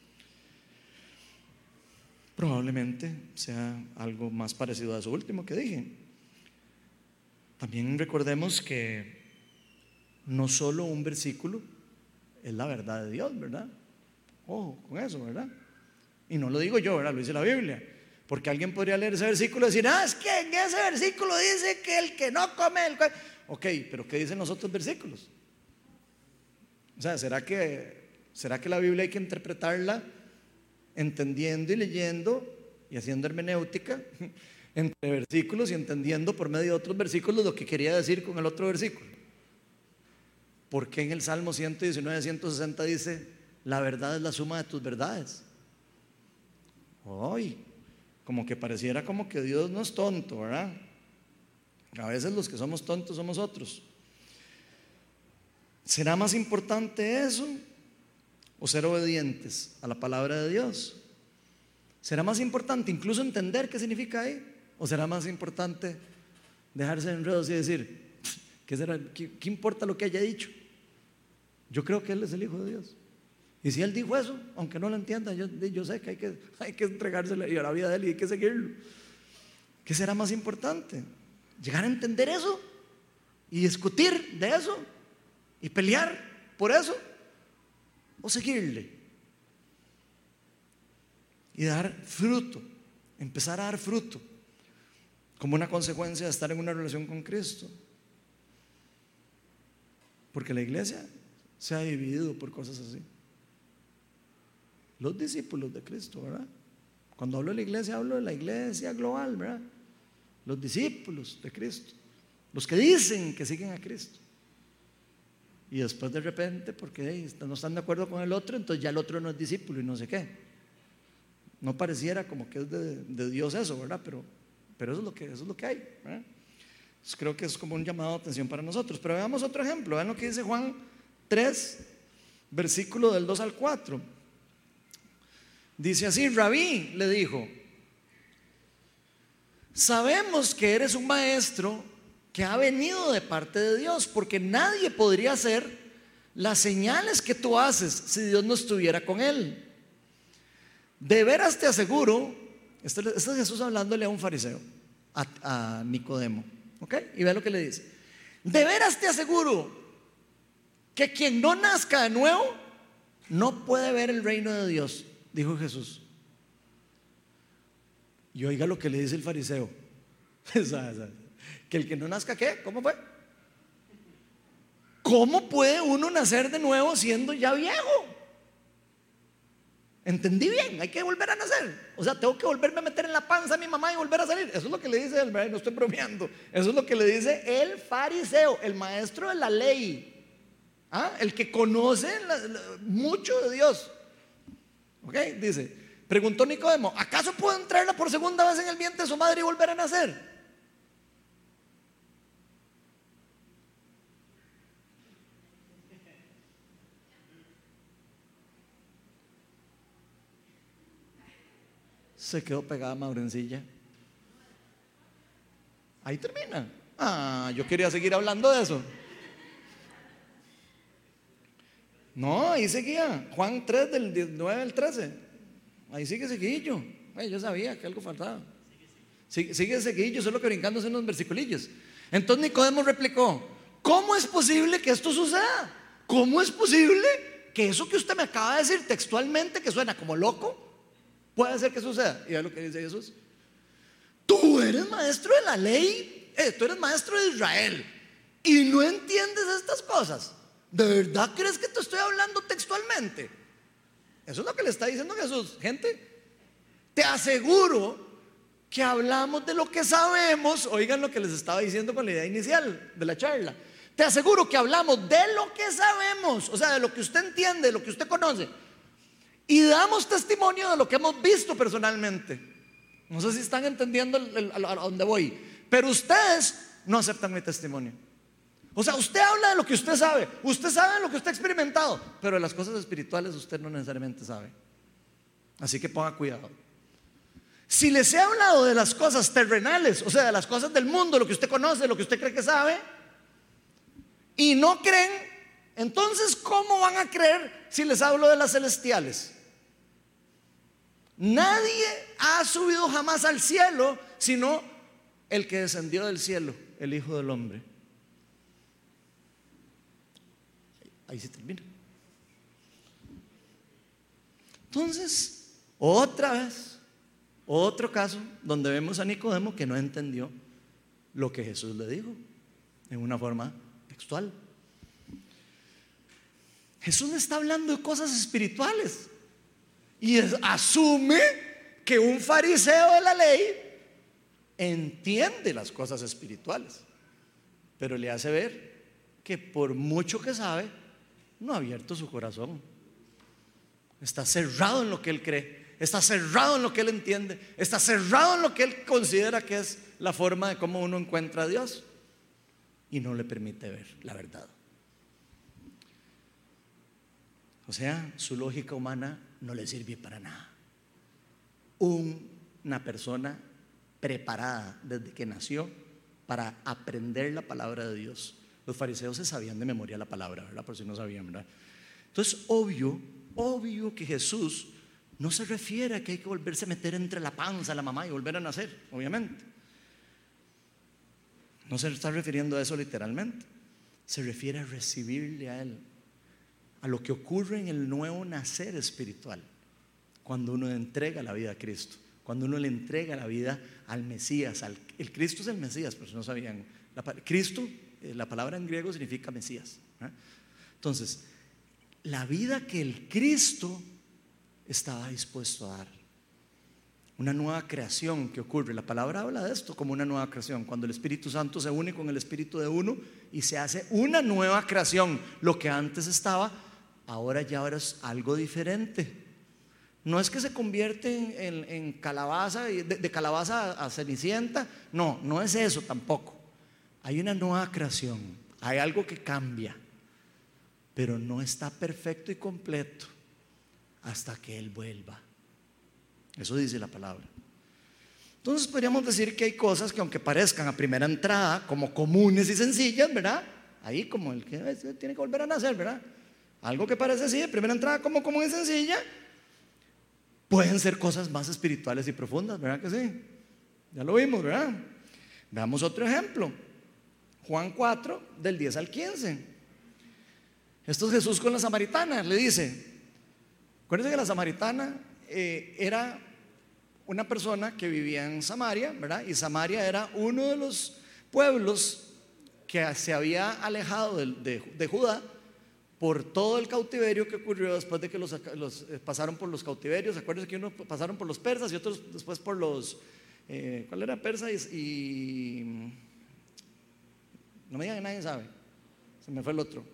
Probablemente sea algo más parecido a eso último que dije. También recordemos que no solo un versículo es la verdad de Dios, ¿verdad? Ojo con eso, ¿verdad? Y no lo digo yo, ¿verdad? Lo dice la Biblia. Porque alguien podría leer ese versículo y decir, ah, es que en ese versículo dice que el que no come el cuerpo. Ok, pero ¿qué dicen los otros versículos? O sea, ¿será que, ¿será que la Biblia hay que interpretarla entendiendo y leyendo y haciendo hermenéutica entre versículos y entendiendo por medio de otros versículos lo que quería decir con el otro versículo? ¿Por qué en el Salmo ciento diecinueve, ciento sesenta dice, la verdad es la suma de tus verdades? Hoy como que pareciera como que Dios no es tonto, ¿verdad? A veces los que somos tontos somos otros. ¿Será más importante eso o ser obedientes a la palabra de Dios? ¿Será más importante incluso entender qué significa ahí? ¿O será más importante dejarse en enredos y decir, ¿qué será? ¿Qué, qué importa lo que haya dicho? Yo creo que Él es el Hijo de Dios. Y si Él dijo eso, aunque no lo entienda, yo, yo sé que hay, que hay que entregársela a la vida de Él y hay que seguirlo. ¿Qué será más importante? ¿Llegar a entender eso? ¿Y discutir de eso? ¿Y pelear por eso? ¿O seguirle? Y dar fruto, empezar a dar fruto como una consecuencia de estar en una relación con Cristo. Porque la iglesia se ha dividido por cosas así. Los discípulos de Cristo, ¿verdad? Cuando hablo de la iglesia, hablo de la iglesia global, ¿verdad? Los discípulos de Cristo, los que dicen que siguen a Cristo. Y después de repente, porque hey, no están de acuerdo con el otro, entonces ya el otro no es discípulo y no sé qué. No pareciera como que es de, de Dios eso, ¿verdad? Pero, pero eso es lo que, eso es lo que hay, ¿verdad? Entonces creo que es como un llamado de atención para nosotros. Pero veamos otro ejemplo. Vean lo que dice Juan tres, versículo del dos al cuatro. Dice así: Rabí le dijo: sabemos que eres un maestro que ha venido de parte de Dios, porque nadie podría hacer las señales que tú haces si Dios no estuviera con él. De veras te aseguro, este, este es Jesús hablándole a un fariseo, a, a Nicodemo, ¿ok? Y ve lo que le dice: de veras te aseguro que quien no nazca de nuevo no puede ver el reino de Dios, dijo Jesús. Y oiga lo que le dice el fariseo: que el que no nazca, ¿qué? ¿Cómo fue? ¿Cómo puede uno nacer de nuevo siendo ya viejo? Entendí bien, hay que volver a nacer. O sea, tengo que volverme a meter en la panza a mi mamá y volver a salir. Eso es lo que le dice él, ¿verdad? No estoy bromeando. Eso es lo que le dice el fariseo, el maestro de la ley, ¿ah? El que conoce la, la, mucho de Dios. ¿Ok? Dice, preguntó Nicodemo: ¿acaso puedo entrarla por segunda vez en el vientre de su madre y volver a nacer? Se quedó pegada Maurencilla. Ahí termina. Ah, yo quería seguir hablando de eso. No, ahí seguía. Juan tres, del nueve al trece. Ahí sigue seguillo. Ay, yo sabía que algo faltaba. Sigue, sigue seguillo, solo que brincándose en los versiculillos. Entonces Nicodemo replicó: ¿cómo es posible que esto suceda? ¿Cómo es posible que eso que usted me acaba de decir textualmente, que suena como loco, puede ser que suceda? Y es lo que dice Jesús: tú eres maestro de la ley, eh, tú eres maestro de Israel y no entiendes estas cosas. ¿De verdad crees que te estoy hablando textualmente? Eso es lo que le está diciendo Jesús. Gente, te aseguro que hablamos de lo que sabemos. Oigan lo que les estaba diciendo con la idea inicial de la charla. Te aseguro que hablamos de lo que sabemos, o sea, de lo que usted entiende, de lo que usted conoce, y damos testimonio de lo que hemos visto personalmente. No sé si están entendiendo el, el, a dónde voy, pero ustedes no aceptan mi testimonio. O sea, usted habla de lo que usted sabe, usted sabe de lo que usted ha experimentado, pero de las cosas espirituales usted no necesariamente sabe. Así que ponga cuidado. Si les he hablado de las cosas terrenales, o sea, de las cosas del mundo, lo que usted conoce, lo que usted cree que sabe, y no creen, entonces ¿cómo van a creer si les hablo de las celestiales? Nadie ha subido jamás al cielo sino el que descendió del cielo, el Hijo del Hombre. Ahí se termina. Entonces, otra vez, otro caso donde vemos a Nicodemo que no entendió lo que Jesús le dijo en una forma textual. Jesús le está hablando de cosas espirituales y es, asume que un fariseo de la ley entiende las cosas espirituales, pero le hace ver que por mucho que sabe, no ha abierto su corazón. Está cerrado en lo que él cree, está cerrado en lo que él entiende, está cerrado en lo que él considera que es la forma de cómo uno encuentra a Dios, y no le permite ver la verdad. O sea, su lógica humana no le sirve para nada. Una persona preparada desde que nació para aprender la palabra de Dios. Los fariseos se sabían de memoria la palabra, ¿verdad? Por si no sabían, ¿verdad? Entonces, obvio, obvio que Jesús no se refiere a que hay que volverse a meter entre la panza a la mamá y volver a nacer, obviamente. No se está refiriendo a eso literalmente. Se refiere a recibirle a Él, a lo que ocurre en el nuevo nacer espiritual, cuando uno entrega la vida a Cristo, cuando uno le entrega la vida al Mesías. Al, el Cristo es el Mesías, por si no sabían. La, Cristo, la palabra en griego significa Mesías, ¿eh? Entonces, la vida que el Cristo estaba dispuesto a dar, una nueva creación que ocurre. La palabra habla de esto como una nueva creación, cuando el Espíritu Santo se une con el espíritu de uno y se hace una nueva creación. Lo que antes estaba, ahora ya ahora es algo diferente. No es que se convierte en, en, en calabaza, de, de calabaza a, a cenicienta. No, no es eso tampoco. Hay una nueva creación, hay algo que cambia, pero no está perfecto y completo hasta que Él vuelva. Eso dice la palabra. Entonces podríamos decir que hay cosas que, aunque parezcan a primera entrada como comunes y sencillas, ¿verdad? Ahí como el que tiene que volver a nacer, ¿verdad? Algo que parece así de primera entrada como común y sencilla, pueden ser cosas más espirituales y profundas, ¿verdad que sí? Ya lo vimos, ¿verdad? Veamos otro ejemplo. Juan cuatro, del diez al quince. Esto es Jesús con la samaritana. Le dice, acuérdense que la samaritana eh, era una persona que vivía en Samaria, ¿verdad? Y Samaria era uno de los pueblos que se había alejado de, de, de Judá por todo el cautiverio que ocurrió después de que los, los eh, pasaron por los cautiverios. Acuérdense que unos pasaron por los persas y otros después por los eh, ¿cuál era persa? Y, y no me digan que nadie sabe, se me fue el otro.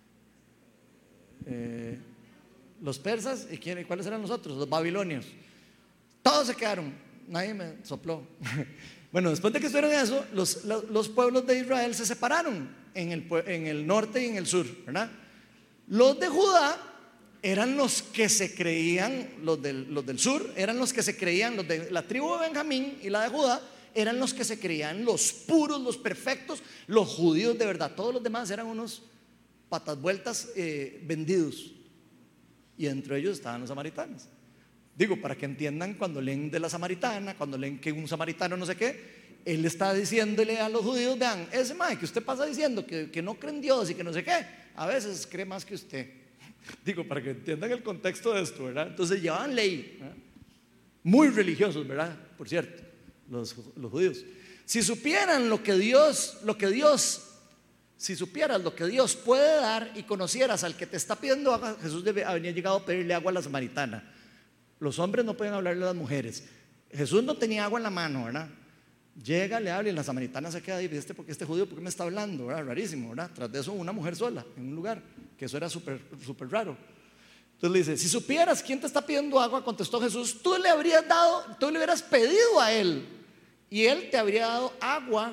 eh, los persas. ¿Y quién, cuáles eran los otros? Los babilonios. Todos se quedaron, nadie me sopló. Bueno, después de que estuvieron eso, los, los pueblos de Israel se separaron en el, en el norte y en el sur, ¿verdad? Los de Judá eran los que se creían, los del, los del sur eran los que se creían, los de la tribu de Benjamín y la de Judá eran los que se creían los puros, los perfectos, los judíos de verdad. Todos los demás eran unos patas vueltas eh, vendidos, y entre ellos estaban los samaritanos. Digo, para que entiendan, cuando leen de la samaritana, cuando leen que un samaritano no sé qué, él está diciéndole a los judíos: vean, ese mae que usted pasa diciendo que, que no cree en Dios y que no sé qué, a veces cree más que usted. Digo, para que entiendan el contexto de esto, ¿verdad? Entonces llevaban ley, ¿verdad? Muy religiosos, ¿verdad? Por cierto, los, los judíos. Si supieran lo que Dios, lo que Dios, si supieras lo que Dios puede dar y conocieras al que te está pidiendo agua, Jesús debe, había llegado a pedirle agua a la samaritana. Los hombres no pueden hablarle a las mujeres. Jesús no tenía agua en la mano, ¿verdad? Llega, le habla y la samaritana se queda ahí. ¿Este, porque este judío, ¿por qué me está hablando? ¿Verdad? Rarísimo, ¿verdad? Tras de eso, una mujer sola en un lugar, que eso era súper súper raro. Entonces le dice: si supieras quién te está pidiendo agua, contestó Jesús, tú le habrías dado, tú le hubieras pedido a él, y él te habría dado agua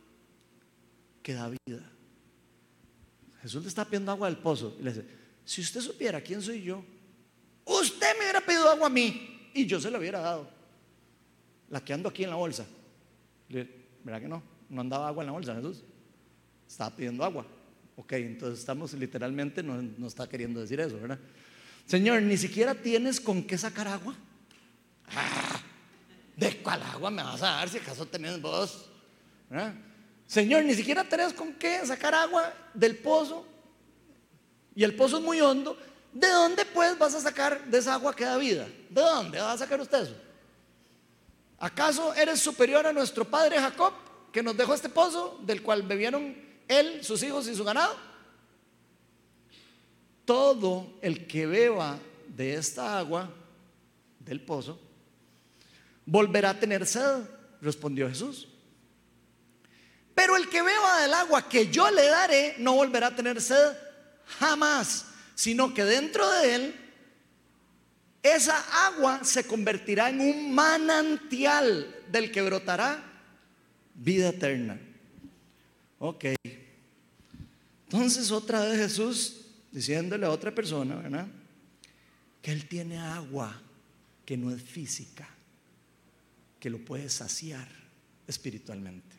que da vida. Jesús le está pidiendo agua del pozo y le dice: si usted supiera quién soy yo, usted me hubiera pedido agua a mí y yo se la hubiera dado, la que ando aquí en la bolsa. ¿Verdad que no? No andaba agua en la bolsa Jesús, estaba pidiendo agua. Ok, entonces estamos literalmente, no, no está queriendo decir eso, ¿verdad? Señor, ni siquiera tienes con qué sacar agua. Ah, ¿de cuál agua me vas a dar si acaso tenés vos? ¿Verdad? Señor, ni siquiera tenés con qué sacar agua del pozo, y el pozo es muy hondo. ¿De dónde pues vas a sacar de esa agua que da vida? ¿De dónde va a sacar usted eso? ¿Acaso eres superior a nuestro padre Jacob, que nos dejó este pozo del cual bebieron él, sus hijos y su ganado? Todo el que beba de esta agua del pozo volverá a tener sed, respondió Jesús. Pero el que beba del agua que yo le daré no volverá a tener sed jamás, sino que dentro de él esa agua se convertirá en un manantial del que brotará vida eterna. Ok. Entonces otra vez Jesús diciéndole a otra persona, ¿verdad?, que él tiene agua que no es física, que lo puede saciar espiritualmente,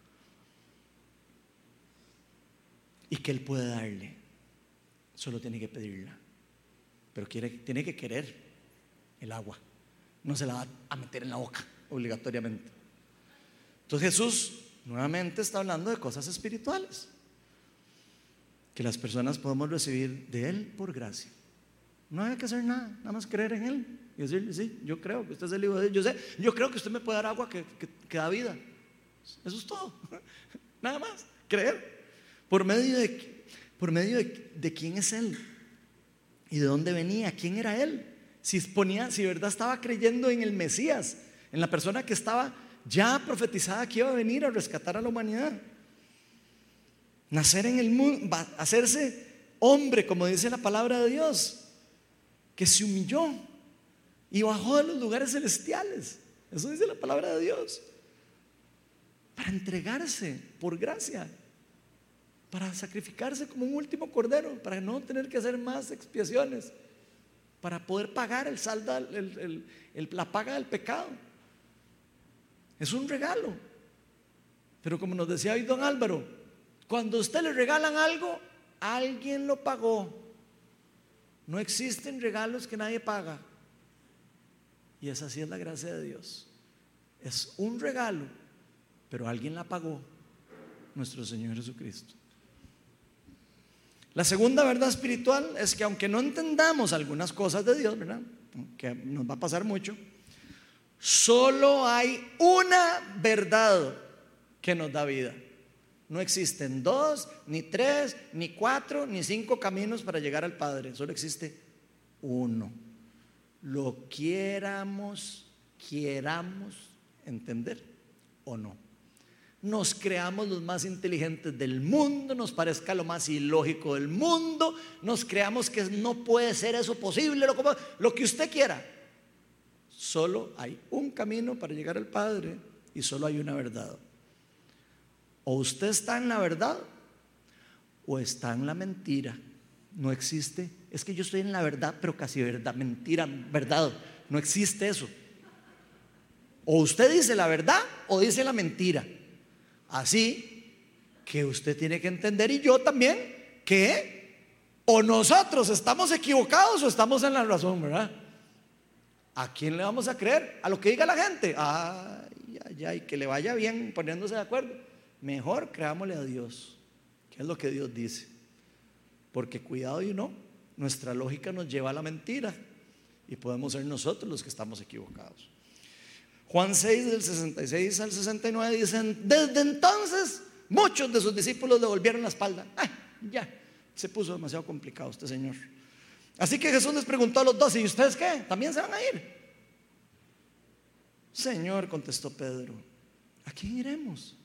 y que él puede darle. Solo tiene que pedirla, pero quiere, tiene que querer el agua. No se la va a meter en la boca obligatoriamente. Entonces Jesús nuevamente está hablando de cosas espirituales que las personas podemos recibir de Él por gracia. No hay que hacer nada, nada más creer en Él y decirle: sí, yo creo que usted es el Hijo de Dios. Yo sé, yo creo que usted me puede dar agua que, que, que da vida. Eso es todo. Nada más, creer. Por medio de ¿Por medio de, de quién es Él? ¿Y de dónde venía? ¿Quién era Él? Si ponía, si de verdad estaba creyendo en el Mesías, en la persona que estaba ya profetizada que iba a venir a rescatar a la humanidad. Nacer en el mundo, hacerse hombre, como dice la palabra de Dios, que se humilló y bajó de los lugares celestiales. Eso dice la palabra de Dios. Para entregarse por gracia, para sacrificarse como un último cordero, para no tener que hacer más expiaciones, para poder pagar el saldo, el, el, el, la paga del pecado. Es un regalo. Pero como nos decía hoy don Álvaro, cuando a usted le regalan algo, alguien lo pagó. No existen regalos que nadie paga. Y esa sí es la gracia de Dios. Es un regalo, pero alguien la pagó, nuestro Señor Jesucristo. La segunda verdad espiritual es que aunque no entendamos algunas cosas de Dios, ¿verdad?, que nos va a pasar mucho, solo hay una verdad que nos da vida. No existen dos, ni tres, ni cuatro, ni cinco caminos para llegar al Padre. Solo existe uno. Lo quieramos, quieramos entender o no. Nos creamos los más inteligentes del mundo, nos parezca lo más ilógico del mundo, nos creamos que no puede ser eso posible, lo, lo que usted quiera. Solo hay un camino para llegar al Padre y solo hay una verdad. O usted está en la verdad o está en la mentira. No existe, es que yo estoy en la verdad, pero casi verdad, mentira, verdad. No existe eso. O usted dice la verdad o dice la mentira. Así que usted tiene que entender, y yo también, que o nosotros estamos equivocados o estamos en la razón, ¿verdad? ¿A quién le vamos a creer? ¿A lo que diga la gente? Ay, ay, ay, que le vaya bien poniéndose de acuerdo. Mejor creámosle a Dios, que es lo que Dios dice. Porque cuidado y no, nuestra lógica nos lleva a la mentira y podemos ser nosotros los que estamos equivocados. Juan seis, del sesenta y seis al sesenta y nueve dicen: desde entonces muchos de sus discípulos le volvieron la espalda. Ay, ya, se puso demasiado complicado este señor. Así que Jesús les preguntó a los doce: ¿y ustedes qué? ¿También se van a ir? Señor, contestó Pedro, ¿a quién iremos?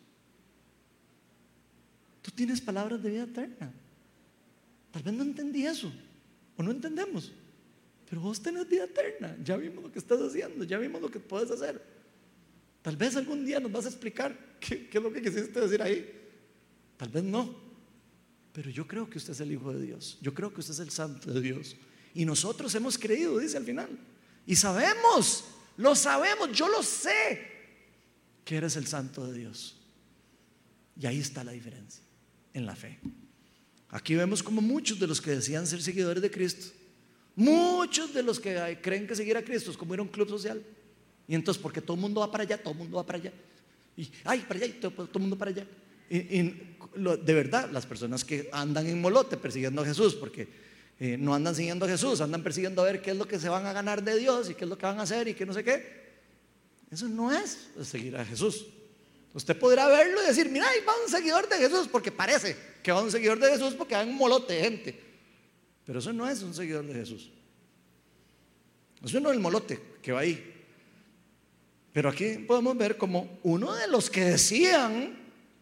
Tú tienes palabras de vida eterna. Tal vez no entendí eso, o no entendemos, pero vos tenés vida eterna. Ya vimos lo que estás haciendo, ya vimos lo que puedes hacer. Tal vez algún día nos vas a explicar qué, qué es lo que quisiste decir ahí. Tal vez no, pero yo creo que usted es el Hijo de Dios. Yo creo que usted es el Santo de Dios. Y nosotros hemos creído, dice al final. Y sabemos, lo sabemos, yo lo sé, que eres el Santo de Dios. Y ahí está la diferencia, en la fe. Aquí vemos como muchos de los que decían ser seguidores de Cristo, muchos de los que creen que seguir a Cristo es como ir a un club social. Y entonces, porque todo el mundo va para allá, todo el mundo va para allá, y ay, para allá, y todo, todo el mundo para allá. Y, y lo, de verdad, las personas que andan en molote persiguiendo a Jesús, porque eh, no andan siguiendo a Jesús, andan persiguiendo a ver qué es lo que se van a ganar de Dios y qué es lo que van a hacer y qué no sé qué. Eso no es seguir a Jesús. Usted podrá verlo y decir: mira, ahí va un seguidor de Jesús, porque parece que va un seguidor de Jesús porque va en un molote de gente. Pero eso no es un seguidor de Jesús. Eso no es el molote que va ahí. Pero aquí podemos ver como uno de los que decían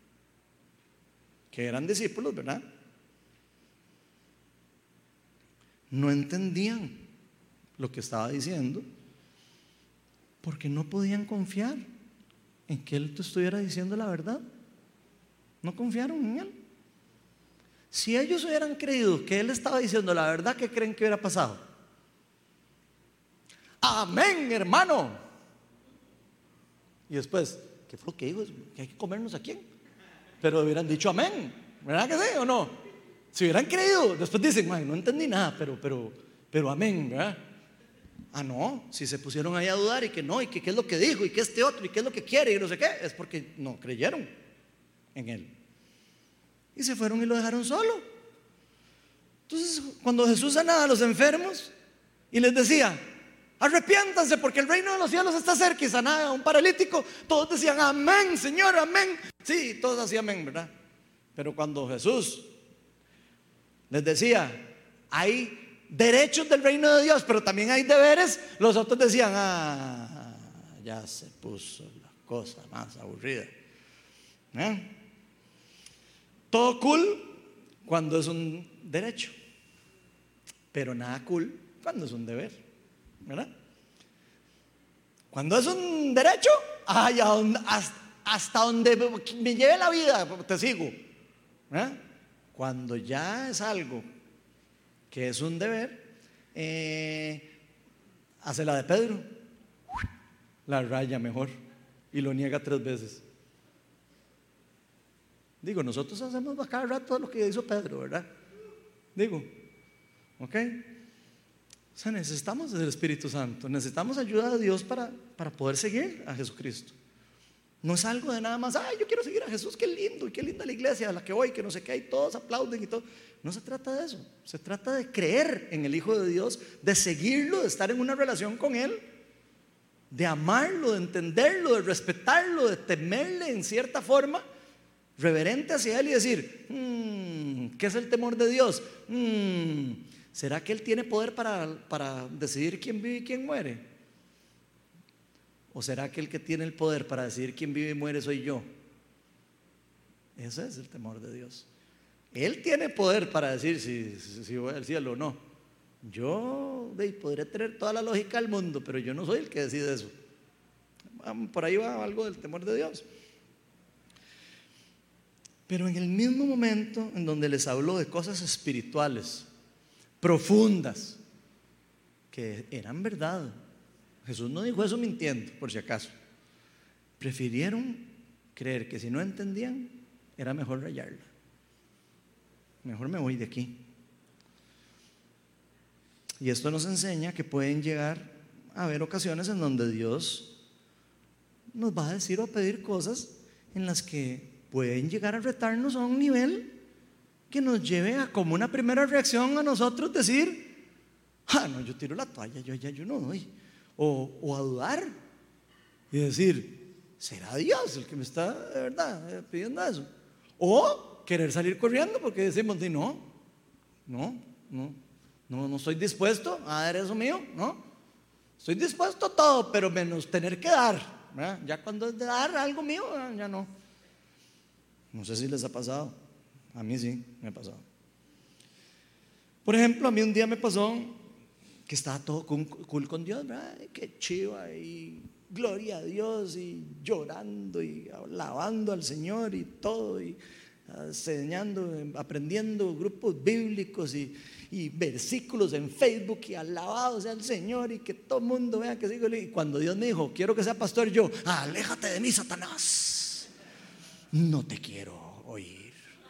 que eran discípulos, ¿verdad?, no entendían lo que estaba diciendo porque no podían confiar en que Él te estuviera diciendo la verdad. No confiaron en Él. Si ellos hubieran creído que Él estaba diciendo la verdad, ¿qué creen que hubiera pasado? Amén, hermano. Y después, ¿qué fue lo que dijo? ¿Que hay que comernos a quién? Pero hubieran dicho amén, ¿verdad que sí o no? Si hubieran creído, después dicen: no entendí nada, pero, pero, pero amén, ¿verdad? Ah, no, si se pusieron ahí a dudar y que no, y que qué es lo que dijo, y que este otro, y qué es lo que quiere, y no sé qué, es porque no creyeron en Él. Y se fueron y lo dejaron solo. Entonces, cuando Jesús sanaba a los enfermos y les decía: arrepiéntanse porque el reino de los cielos está cerca, y sanaba a un paralítico, todos decían: amén, Señor, amén. Sí, todos hacían amén, ¿verdad? Pero cuando Jesús Les decía, hay derechos del reino de Dios, pero también hay deberes. Los otros decían, ah, ya se puso la cosa más aburrida. ¿Eh? Todo cool cuando es un derecho, pero nada cool cuando es un deber, ¿verdad? Cuando es un derecho, ay, hasta, hasta donde me lleve la vida, te sigo. ¿Eh? Cuando ya es algo que es un deber, eh, hace la de Pedro, la raya mejor y lo niega tres veces. Digo, nosotros hacemos cada rato lo que hizo Pedro, ¿verdad? Digo, ¿ok? O sea, necesitamos del Espíritu Santo, necesitamos ayuda de Dios para, para poder seguir a Jesucristo. No es algo de nada más, ay, yo quiero seguir a Jesús, qué lindo, y qué linda la iglesia a la que voy, que no sé qué, y todos aplauden y todo. No se trata de eso, se trata de creer en el Hijo de Dios, de seguirlo, de estar en una relación con Él, de amarlo, de entenderlo, de respetarlo, de temerle en cierta forma, reverente hacia Él y decir, mmm, ¿qué es el temor de Dios? Mmm, ¿será que Él tiene poder para, para decidir quién vive y quién muere? ¿O será que el que tiene el poder para decidir quién vive y muere soy yo? Ese es el temor de Dios. Él tiene poder para decir si, si, si voy al cielo o no. Yo de, podré tener toda la lógica del mundo, pero yo no soy el que decide eso. Por ahí va algo del temor de Dios. Pero en el mismo momento en donde les habló de cosas espirituales profundas que eran verdad, Jesús no dijo eso mintiendo, por si acaso. Prefirieron creer que si no entendían era mejor rayarla. Mejor me voy de aquí. Y esto nos enseña que pueden llegar a haber ocasiones en donde Dios nos va a decir o a pedir cosas en las que pueden llegar a retarnos a un nivel que nos lleve a, como una primera reacción, a nosotros decir, ah, no, yo tiro la toalla, yo ya yo no doy. O, o a dudar y decir, ¿será Dios el que me está de verdad pidiendo eso? O querer salir corriendo porque decimos, no, no, no, no, no estoy dispuesto a dar eso mío, no. Estoy dispuesto a todo, pero menos tener que dar, ¿verdad? Ya cuando es de dar algo mío, ya no. No sé si les ha pasado. A mí sí, me ha pasado. Por ejemplo, a mí un día me pasó que estaba todo cool con Dios, ¿verdad? Qué chiva, y gloria a Dios, y llorando y alabando al Señor y todo, y enseñando, aprendiendo grupos bíblicos y, y versículos en Facebook, y alabado sea el Señor, y que todo el mundo vea que sigo. Y cuando Dios me dijo, quiero que sea pastor, yo, aléjate de mí, Satanás, no te quiero oír.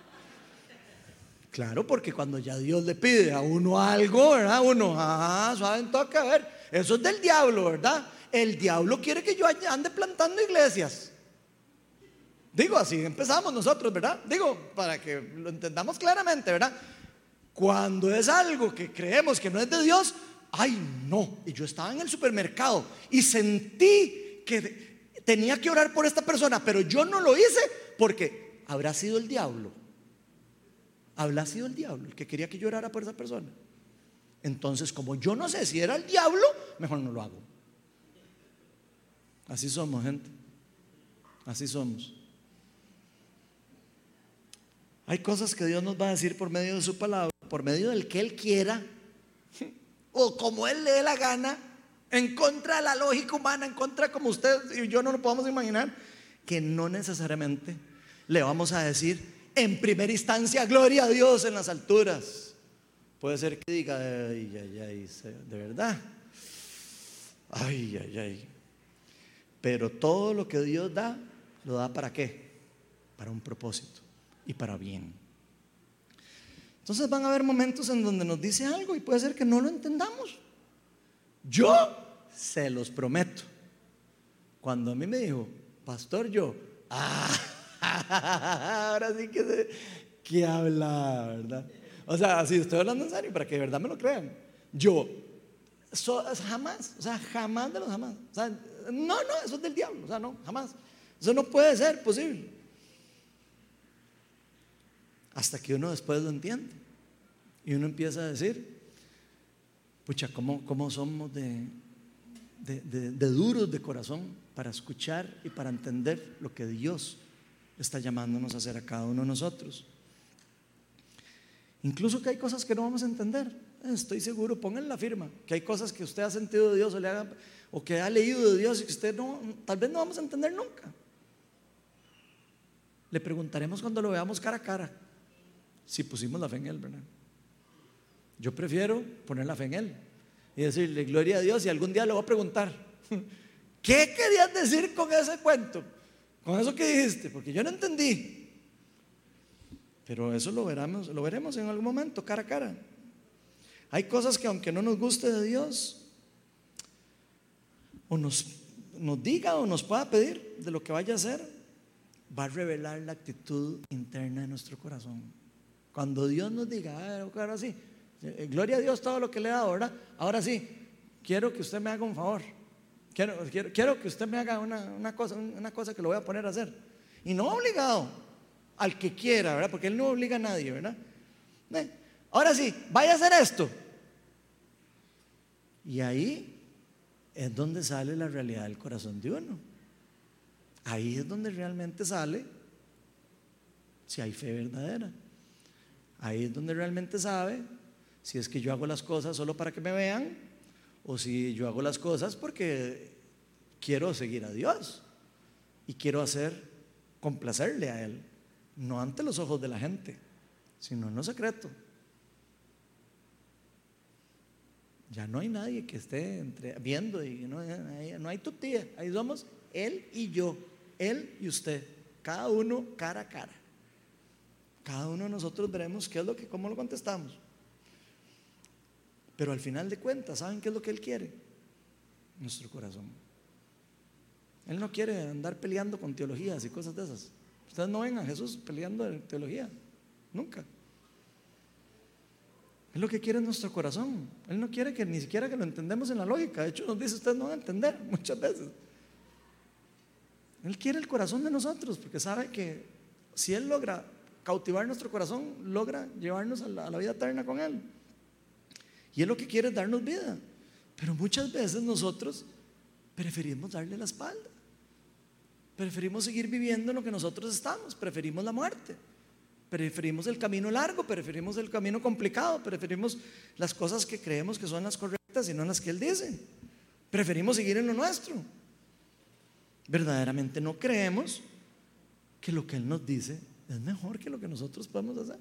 Claro, porque cuando ya Dios le pide a uno algo, ¿verdad? Uno, ah, saben, toca ver, eso es del diablo, ¿verdad? El diablo quiere que yo ande plantando iglesias. Digo, así empezamos nosotros, ¿verdad? Digo, para que lo entendamos claramente, ¿verdad? Cuando es algo que creemos que no es de Dios, ay, no. Y yo estaba en el supermercado y sentí que tenía que orar por esta persona, pero yo no lo hice porque habrá sido el diablo. Habrá sido el diablo el que quería que yo orara por esa persona. Entonces, como yo no sé si era el diablo, mejor no lo hago. Así somos, gente. Así somos. Hay cosas que Dios nos va a decir por medio de su palabra, por medio del que Él quiera, o como Él le dé la gana, en contra de la lógica humana, en contra como usted y yo no lo podemos imaginar, que no necesariamente le vamos a decir en primera instancia, gloria a Dios en las alturas. Puede ser que diga, ay, ay, ay, de verdad, ay, ay, ay. Pero todo lo que Dios da, lo da ¿para qué? Para un propósito y para bien. Entonces van a haber momentos en donde nos dice algo y puede ser que no lo entendamos. Yo se los prometo, cuando a mí me dijo, pastor, yo, ah, ahora sí que se, que habla, ¿verdad? O sea, si estoy hablando en serio, para que de verdad me lo crean. Yo so, jamás, o sea, jamás de los jamás. O sea, no, no, eso es del diablo. O sea, no, jamás. Eso no puede ser posible. Hasta que uno después lo entiende. Y uno empieza a decir, pucha, ¿cómo, cómo somos de, de, de, de duros de corazón para escuchar y para entender lo que Dios está llamándonos a hacer a cada uno de nosotros? Incluso que hay cosas que no vamos a entender. Estoy seguro, pongan la firma, que hay cosas que usted ha sentido de Dios o, le haga, o que ha leído de Dios y que usted no, tal vez no vamos a entender nunca. Le preguntaremos cuando lo veamos cara a cara si pusimos la fe en Él, ¿verdad? Yo prefiero poner la fe en Él y decirle gloria a Dios, y algún día le voy a preguntar, ¿qué querías decir con ese cuento? Con eso que dijiste, porque yo no entendí. Pero eso lo veremos, lo veremos en algún momento, cara a cara. Hay cosas que aunque no nos guste de Dios, o nos, nos diga o nos pueda pedir de lo que vaya a hacer, va a revelar la actitud interna de nuestro corazón. Cuando Dios nos diga, ah, ahora sí, gloria a Dios todo lo que le he dado, ¿verdad? Ahora sí, quiero que usted me haga un favor. Quiero, quiero, quiero que usted me haga una, una, cosa, una cosa que lo voy a poner a hacer. Y no obligado, al que quiera, ¿verdad? Porque Él no obliga a nadie, ¿verdad? Ahora sí, vaya a hacer esto. Y ahí es donde sale la realidad del corazón de uno. Ahí es donde realmente sale si hay fe verdadera. Ahí es donde realmente sabe si es que yo hago las cosas solo para que me vean, o si yo hago las cosas porque quiero seguir a Dios y quiero hacer, complacerle a Él, no ante los ojos de la gente, sino en lo secreto. Ya no hay nadie que esté entre, viendo y no, no hay tu tía, ahí somos Él y yo, Él y usted, cada uno cara a cara. Cada uno de nosotros veremos qué es lo que, cómo lo contestamos. Pero al final de cuentas, ¿saben qué es lo que Él quiere? Nuestro corazón. Él no quiere andar peleando con teologías y cosas de esas. Ustedes no ven a Jesús peleando en teología, nunca. Él lo que quiere es nuestro corazón. Él no quiere que ni siquiera que lo entendemos en la lógica. De hecho nos dice, ustedes no van a entender muchas veces. Él quiere el corazón de nosotros, porque sabe que si Él logra cautivar nuestro corazón, logra llevarnos a la, a la vida eterna con Él. Y Él lo que quiere es darnos vida. Pero muchas veces nosotros preferimos darle la espalda. Preferimos seguir viviendo en lo que nosotros estamos. Preferimos la muerte. Preferimos el camino largo. Preferimos el camino complicado. Preferimos las cosas que creemos que son las correctas y no las que Él dice. Preferimos seguir en lo nuestro. Verdaderamente no creemos que lo que Él nos dice es mejor que lo que nosotros podemos hacer,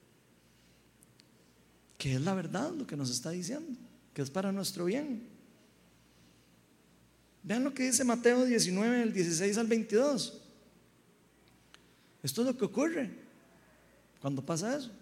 que es la verdad lo que nos está diciendo, que es para nuestro bien. Vean lo que dice Mateo diecinueve, del dieciséis al veintidós. Esto es lo que ocurre cuando pasa eso.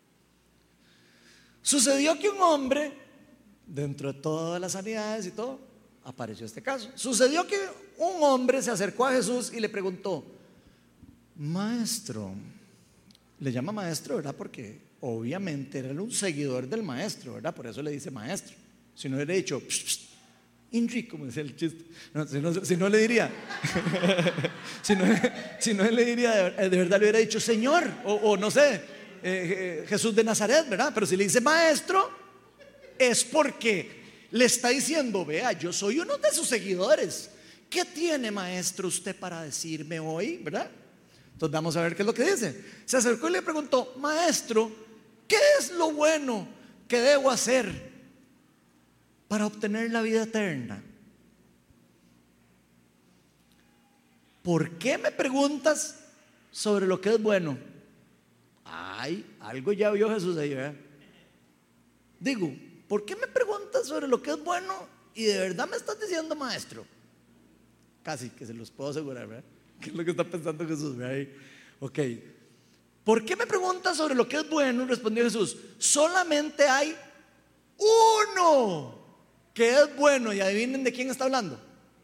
Sucedió que un hombre, dentro de todas las sanidades y todo, apareció este caso. Sucedió que un hombre se acercó a Jesús y le preguntó: maestro, le llama maestro, ¿verdad? Porque obviamente era un seguidor del maestro, ¿verdad? Por eso le dice maestro. Si no hubiera dicho psh, psh, Inri, como decía el chiste, no, si, no, si no le diría si, no, si no le diría de, de verdad le hubiera dicho Señor, o, o no sé, eh, eh, Jesús de Nazaret, ¿verdad? Pero si le dice maestro, es porque le está diciendo: vea, yo soy uno de sus seguidores. ¿Qué tiene, maestro, usted para decirme hoy? ¿Verdad? Entonces vamos a ver qué es lo que dice. Se acercó y le preguntó: maestro, ¿qué es lo bueno que debo hacer para obtener la vida eterna? ¿Por qué me preguntas sobre lo que es bueno? Ay, algo ya vio Jesús ahí, ¿verdad? Digo, ¿por qué me preguntas sobre lo que es bueno y de verdad me estás diciendo maestro? Casi que se los puedo asegurar, ¿verdad? ¿Qué es lo que está pensando Jesús? ¿Verdad? Ok. ¿Por qué me preguntas sobre lo que es bueno? Respondió Jesús: solamente hay uno que es bueno. Y adivinen de quién está hablando.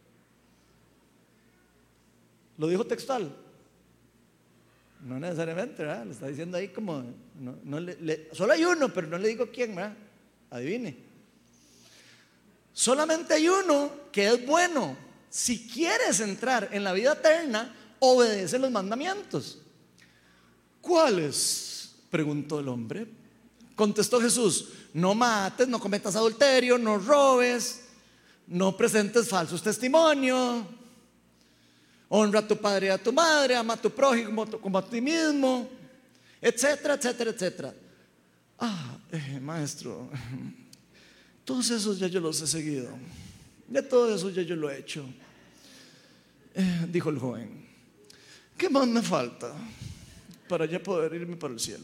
Lo dijo textual. No necesariamente, ¿verdad? Le está diciendo ahí como no, no le, le, solo hay uno, pero no le digo quién, ¿verdad? Adivine. Solamente hay uno que es bueno. Si quieres entrar en la vida eterna, obedece los mandamientos. ¿Cuáles?, preguntó el hombre. Contestó Jesús: no mates, no cometas adulterio, no robes, no presentes falsos testimonios, honra a tu padre y a tu madre, ama a tu prójimo como a ti mismo, etcétera, etcétera, etcétera. Ah, eh, maestro, todos esos ya yo los he seguido, ya todo eso ya yo lo he hecho. Eh, dijo el joven: ¿qué más me falta para ya poder irme para el cielo?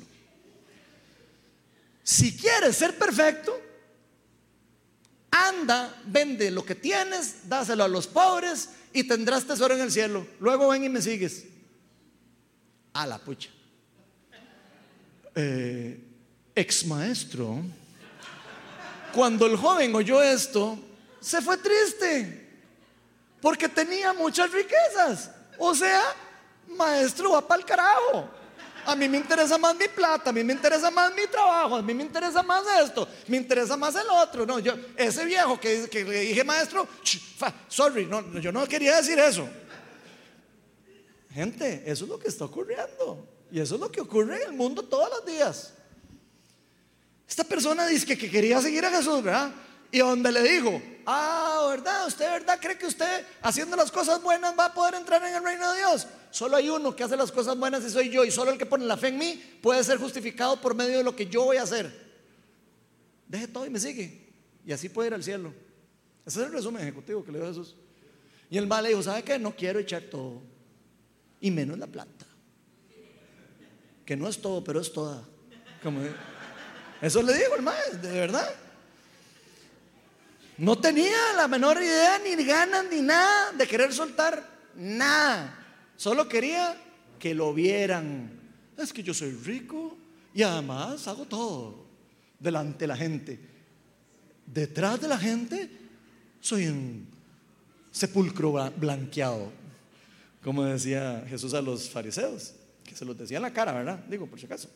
Si quieres ser perfecto, anda, vende lo que tienes, dáselo a los pobres y tendrás tesoro en el cielo. Luego ven y me sigues. A la pucha. Eh, ex maestro, cuando el joven oyó esto, se fue triste porque tenía muchas riquezas. O sea, maestro, va para el carajo. A mí me interesa más mi plata, a mí me interesa más mi trabajo, a mí me interesa más esto, me interesa más el otro. No, yo, ese viejo que, que le dije maestro, sorry, no, yo no quería decir eso. Gente, eso es lo que está ocurriendo. Y eso es lo que ocurre en el mundo todos los días. Esta persona dice que, que quería seguir a Jesús, ¿verdad? Y donde le dijo: ah, ¿verdad? ¿Usted verdad cree que usted haciendo las cosas buenas va a poder entrar en el reino de Dios? Solo hay uno que hace las cosas buenas y soy yo. Y solo el que pone la fe en mí puede ser justificado por medio de lo que yo voy a hacer. Deje todo y me sigue, y así puede ir al cielo. Ese es el resumen ejecutivo que le dio Jesús. Y el mal le dijo: ¿sabe qué? No quiero echar todo, y menos la plata, que no es todo, pero es toda. Como eso le dijo el mal, de verdad. No tenía la menor idea, ni ganas, ni nada de querer soltar nada. Solo quería que lo vieran. Es que yo soy rico y además hago todo delante de la gente. Detrás de la gente soy un sepulcro blanqueado, como decía Jesús a los fariseos, que se los decía en la cara, ¿verdad? Digo, por si acaso.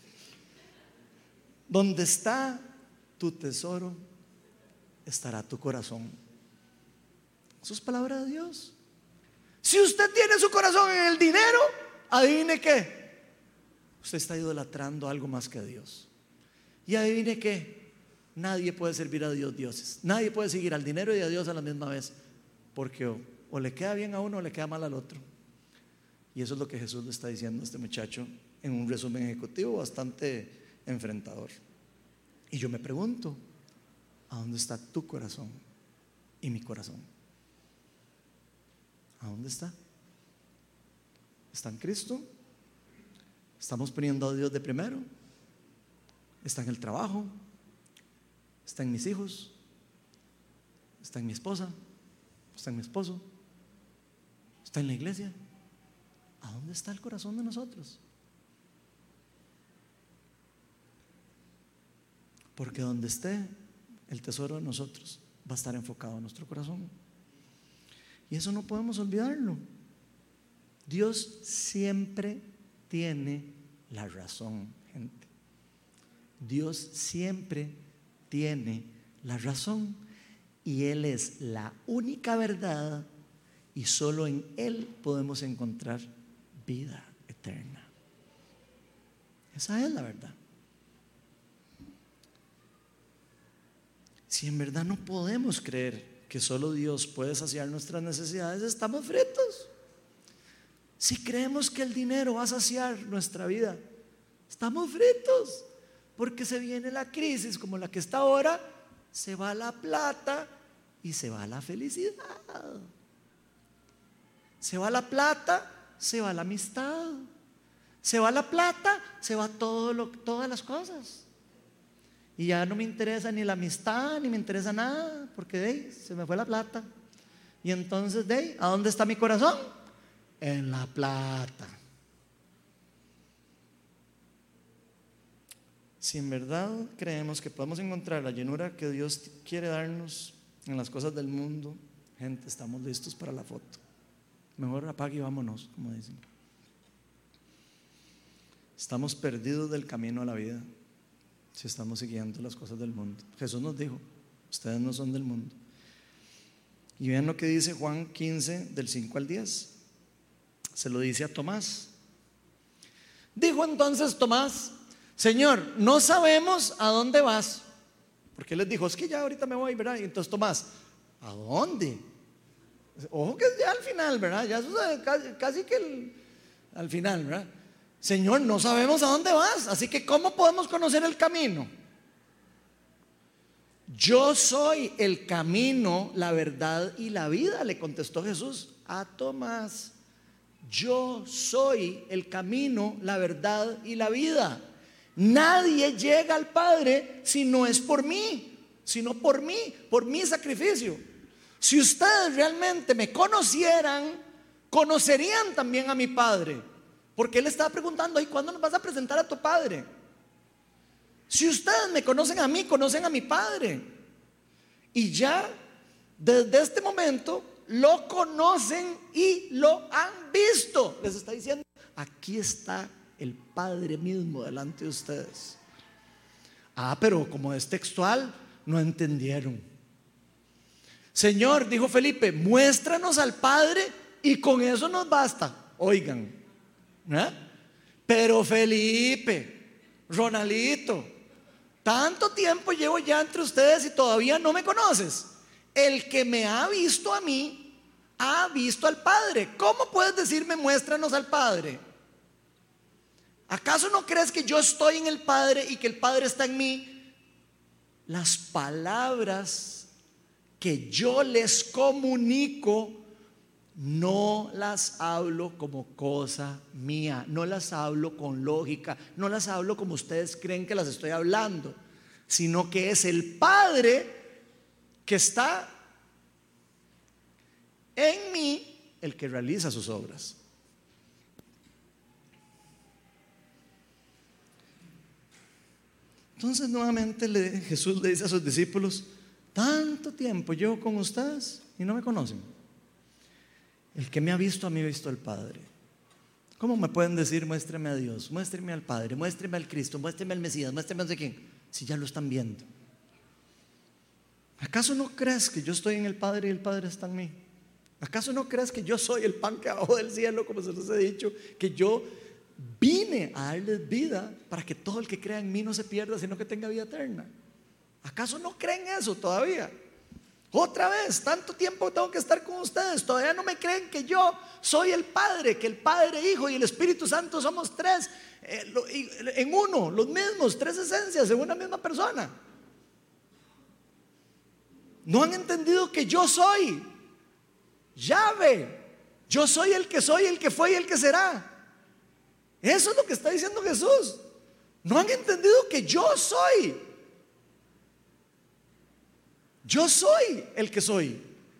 Donde está tu tesoro, estará tu corazón. Eso es palabra de Dios. Si usted tiene su corazón en el dinero, adivine qué, usted está idolatrando algo más que a Dios. Y adivine qué, nadie puede servir a Dios dioses. Nadie puede seguir al dinero y a Dios a la misma vez, porque o, o le queda bien a uno o le queda mal al otro. Y eso es lo que Jesús le está diciendo a este muchacho en un resumen ejecutivo bastante enfrentador. Y yo me pregunto: ¿a dónde está tu corazón y mi corazón? ¿A dónde está? ¿Está en Cristo? ¿Estamos poniendo a Dios de primero? ¿Está en el trabajo? ¿Está en mis hijos? ¿Está en mi esposa? ¿Está en mi esposo? ¿Está en la iglesia? ¿A dónde está el corazón de nosotros? Porque donde esté el tesoro de nosotros, va a estar enfocado en nuestro corazón. Y eso no podemos olvidarlo. Dios siempre tiene la razón, gente. Dios siempre tiene la razón, y Él es la única verdad, y solo en Él podemos encontrar vida eterna. Esa es la verdad. Si en verdad no podemos creer que solo Dios puede saciar nuestras necesidades, estamos fritos. Si creemos que el dinero va a saciar nuestra vida, estamos fritos, porque se viene la crisis como la que está ahora, se va la plata y se va la felicidad. Se va la plata, se va la amistad. Se va la plata, se va todo lo, todas las cosas. Y ya no me interesa ni la amistad, ni me interesa nada, porque de ahí se me fue la plata. Y entonces, de ahí, ¿a dónde está mi corazón? En la plata. Si en verdad creemos que podemos encontrar la llenura que Dios quiere darnos en las cosas del mundo, gente, estamos listos para la foto. Mejor apague y vámonos, como dicen. Estamos perdidos del camino a la vida si estamos siguiendo las cosas del mundo. Jesús nos dijo: ustedes no son del mundo. Y vean lo que dice Juan quince, del cinco al diez. Se lo dice a Tomás. Dijo entonces Tomás: Señor, no sabemos a dónde vas. Porque Él les dijo, es que ya ahorita me voy, ¿verdad? Y entonces Tomás, ¿a dónde? Ojo que es ya al final, ¿verdad? Ya eso es casi, casi que el, al final, ¿verdad? Señor, no sabemos a dónde vas, así que ¿cómo podemos conocer el camino? Yo soy el camino, la verdad y la vida, le contestó Jesús a Tomás. Yo soy el camino, la verdad y la vida. Nadie llega al Padre si no es por mí, sino por mí, por mi sacrificio. Si ustedes realmente me conocieran, conocerían también a mi Padre, porque Él estaba preguntando, ¿y cuándo nos vas a presentar a tu Padre? Si ustedes me conocen a mí, conocen a mi Padre. Y ya desde este momento lo conocen y lo han visto. Les está diciendo, aquí está el Padre mismo delante de ustedes. Ah, pero como es textual, no entendieron. Señor, dijo Felipe, muéstranos al Padre y con eso nos basta. Oigan, ¿eh? Pero Felipe, Ronalito, tanto tiempo llevo ya entre ustedes y todavía no me conoces. El que me ha visto a mí, ha visto al Padre. ¿Cómo puedes decirme muéstranos al Padre? ¿Acaso no crees que yo estoy en el Padre y que el Padre está en mí? Las palabras que yo les comunico no las hablo como cosa mía, no las hablo con lógica, no las hablo como ustedes creen que las estoy hablando, sino que es el Padre que está en mí el que realiza sus obras. Entonces nuevamente le, Jesús le dice a sus discípulos, tanto tiempo llevo con ustedes y no me conocen. El que me ha visto a mí ha visto al Padre. ¿Cómo me pueden decir muéstreme a Dios, muéstreme al Padre, muéstreme al Cristo, muéstreme al Mesías, muéstreme a no sé quién, si ya lo están viendo? ¿Acaso no crees que yo estoy en el Padre y el Padre está en mí? ¿Acaso no crees que yo soy el pan que bajó del cielo, como se los he dicho, que yo vine a darles vida para que todo el que crea en mí no se pierda, sino que tenga vida eterna? ¿Acaso no creen eso todavía? Otra vez, tanto tiempo tengo que estar con ustedes, todavía no me creen que yo soy el Padre, que el Padre, Hijo y el Espíritu Santo somos tres eh, lo, en uno, los mismos, tres esencias en una misma persona. No han entendido que yo soy llave, yo soy el que soy, el que fue y el que será. Eso es lo que está diciendo Jesús. No han entendido que yo soy. Yo soy el que soy.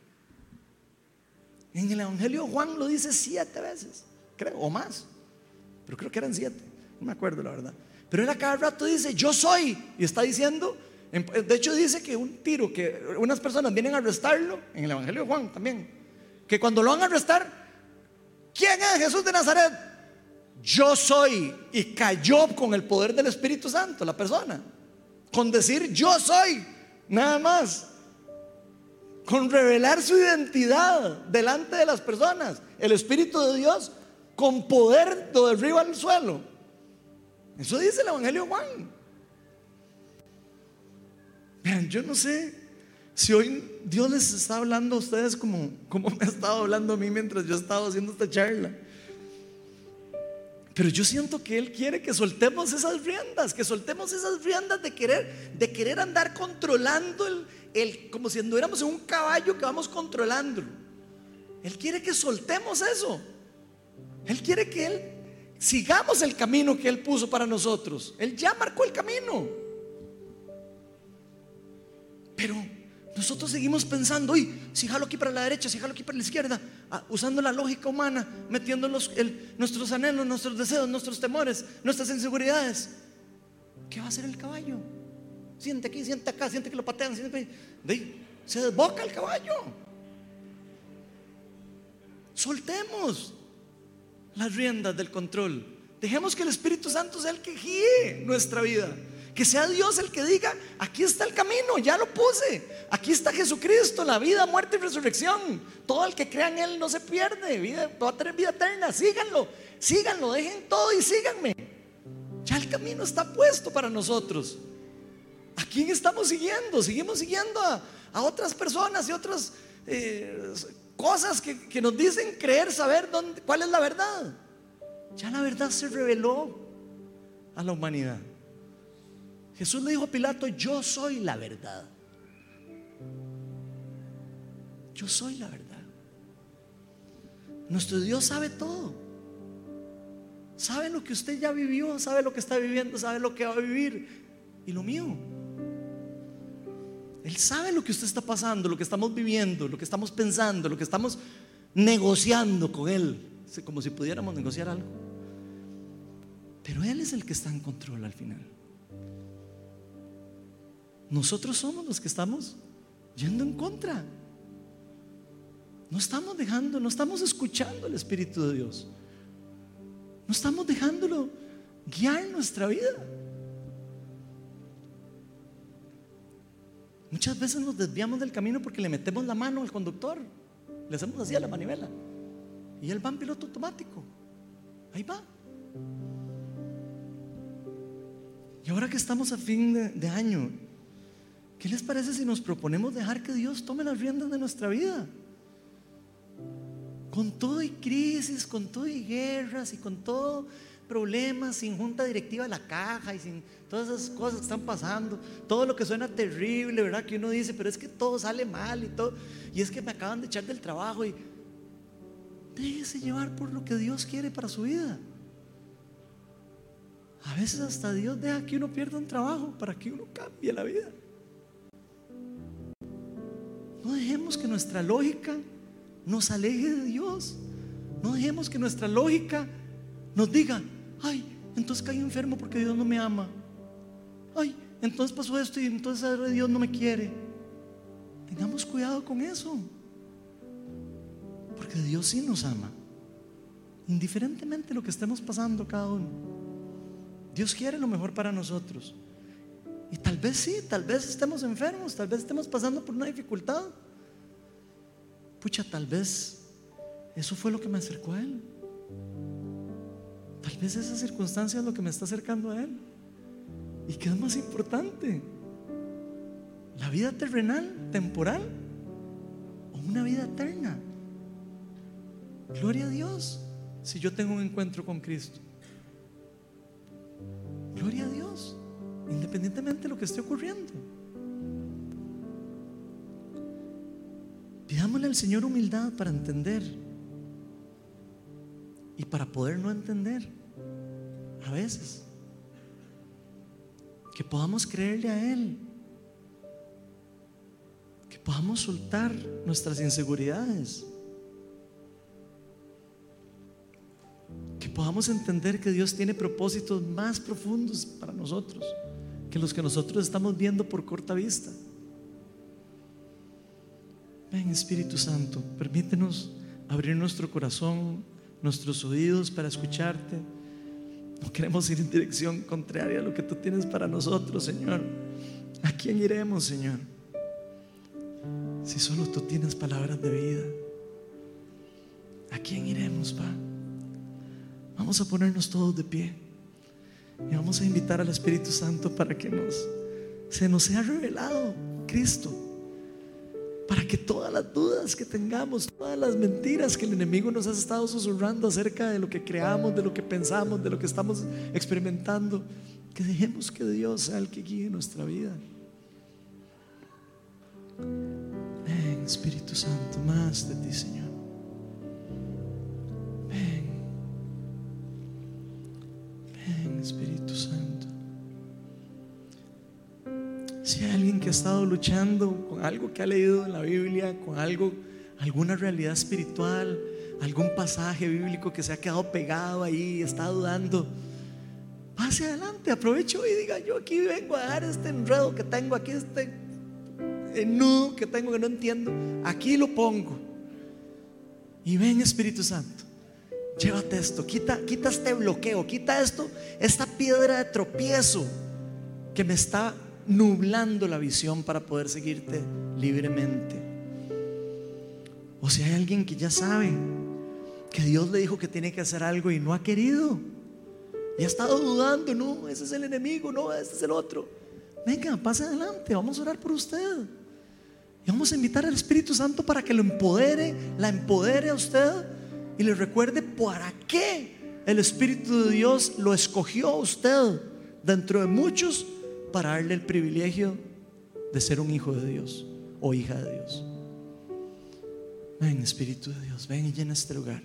En el Evangelio Juan lo dice siete veces, creo, o más, pero creo que eran siete, no me acuerdo la verdad. Pero él a cada rato dice yo soy, y está diciendo, de hecho dice que un tiro, que unas personas vienen a arrestarlo, en el Evangelio de Juan también, que cuando lo van a arrestar, ¿quién es Jesús de Nazaret? Yo soy. Y cayó con el poder del Espíritu Santo la persona, con decir yo soy, nada más, con revelar su identidad delante de las personas. El Espíritu de Dios con poder lo derriba al suelo. Eso dice el Evangelio de Juan. Vean, yo no sé si hoy Dios les está hablando a ustedes como, como me ha estado hablando a mí mientras yo estaba haciendo esta charla. Pero yo siento que Él quiere que soltemos esas riendas, que soltemos esas riendas de querer, de querer andar controlando el, el, como si anduviéramos en un caballo que vamos controlando. Él quiere que soltemos eso. Él quiere que Él sigamos el camino que Él puso para nosotros. Él ya marcó el camino. Pero nosotros seguimos pensando, uy, si jalo aquí para la derecha, si jalo aquí para la izquierda, ah, usando la lógica humana, metiendo los, el, nuestros anhelos, nuestros deseos, nuestros temores, nuestras inseguridades. ¿Qué va a hacer el caballo? Siente aquí, siente acá, siente que lo patean, siente que se desboca el caballo. Soltemos las riendas del control. Dejemos que el Espíritu Santo sea el que guíe nuestra vida. Que sea Dios el que diga, aquí está el camino, ya lo puse. Aquí está Jesucristo, la vida, muerte y resurrección. Todo el que crea en Él no se pierde, vida, va a tener vida eterna. Síganlo, síganlo, dejen todo y síganme. Ya el camino está puesto para nosotros. ¿A quién estamos siguiendo? Seguimos siguiendo a, a otras personas y otras eh, cosas que, que nos dicen creer, saber dónde, cuál es la verdad. Ya la verdad se reveló a la humanidad. Jesús le dijo a Pilato: yo soy la verdad. Yo soy la verdad. Nuestro Dios sabe todo. Sabe lo que usted ya vivió, sabe lo que está viviendo, sabe lo que va a vivir. Y lo mío. Él sabe lo que usted está pasando, lo que estamos viviendo, lo que estamos pensando, lo que estamos negociando con Él, como si pudiéramos negociar algo. Pero Él es el que está en control al final. Nosotros somos los que estamos yendo en contra. No estamos dejando, no estamos escuchando el Espíritu de Dios. No estamos dejándolo guiar nuestra vida. Muchas veces nos desviamos del camino porque le metemos la mano al conductor, le hacemos así a la manivela y él va en piloto automático. Ahí va. Y ahora que estamos a fin de, de año, ¿qué les parece si nos proponemos dejar que Dios tome las riendas de nuestra vida? Con todo y crisis, con todo y guerras y con todo problemas, sin junta directiva de la caja y sin todas esas cosas que están pasando, todo lo que suena terrible, ¿verdad? Que uno dice, pero es que todo sale mal y todo, y es que me acaban de echar del trabajo. Y déjese llevar por lo que Dios quiere para su vida. A veces hasta Dios deja que uno pierda un trabajo para que uno cambie la vida. No dejemos que nuestra lógica nos aleje de Dios. No dejemos que nuestra lógica nos diga: ay, entonces caí enfermo porque Dios no me ama. Ay, entonces pasó esto y entonces ahora Dios no me quiere. Tengamos cuidado con eso, porque Dios sí nos ama, indiferentemente de lo que estemos pasando cada uno. Dios quiere lo mejor para nosotros. Y tal vez sí, tal vez estemos enfermos, tal vez estemos pasando por una dificultad. Pucha, tal vez eso fue lo que me acercó a Él. Tal vez esa circunstancia es lo que me está acercando a Él. ¿Y qué es más importante? ¿La vida terrenal, temporal, o una vida eterna? Gloria a Dios si yo tengo un encuentro con Cristo. Gloria a Dios, independientemente de lo que esté ocurriendo. Pidámosle al Señor humildad para entender y para poder no entender a veces. Que podamos creerle a Él, que podamos soltar nuestras inseguridades, que podamos entender que Dios tiene propósitos más profundos para nosotros que los que nosotros estamos viendo por corta vista. Ven, Espíritu Santo, permítenos abrir nuestro corazón, nuestros oídos para escucharte. No queremos ir en dirección contraria a lo que tú tienes para nosotros, Señor. ¿A quién iremos, Señor? Si solo tú tienes palabras de vida, ¿a quién iremos, Pa? Vamos a ponernos todos de pie y vamos a invitar al Espíritu Santo para que nos, se nos sea revelado Cristo, para que todas las dudas que tengamos, todas las mentiras que el enemigo nos ha estado susurrando acerca de lo que creamos, de lo que pensamos, de lo que estamos experimentando, que dejemos que Dios sea el que guíe nuestra vida. Ven, Espíritu Santo, más de ti, Señor. Ven, ven, Espíritu Santo. Si hay alguien que ha estado luchando con algo que ha leído en la Biblia, con algo, alguna realidad espiritual, algún pasaje bíblico que se ha quedado pegado ahí, está dudando, pase adelante, aproveche y diga: yo aquí vengo a dar este enredo que tengo aquí, este nudo que tengo que no entiendo, aquí lo pongo. Y ven, Espíritu Santo, llévate esto, quita, quita este bloqueo, quita esto, esta piedra de tropiezo que me está nublando la visión para poder seguirte libremente. O si hay alguien que ya sabe que Dios le dijo que tiene que hacer algo y no ha querido, y ha estado dudando, no, ese es el enemigo, no, ese es el otro, venga, pase adelante, vamos a orar por usted y vamos a invitar al Espíritu Santo para que lo empodere, la empodere a usted y le recuerde para qué el Espíritu de Dios lo escogió a usted dentro de muchos para darle el privilegio de ser un hijo de Dios o hija de Dios. Ven, Espíritu de Dios, ven y llena este lugar.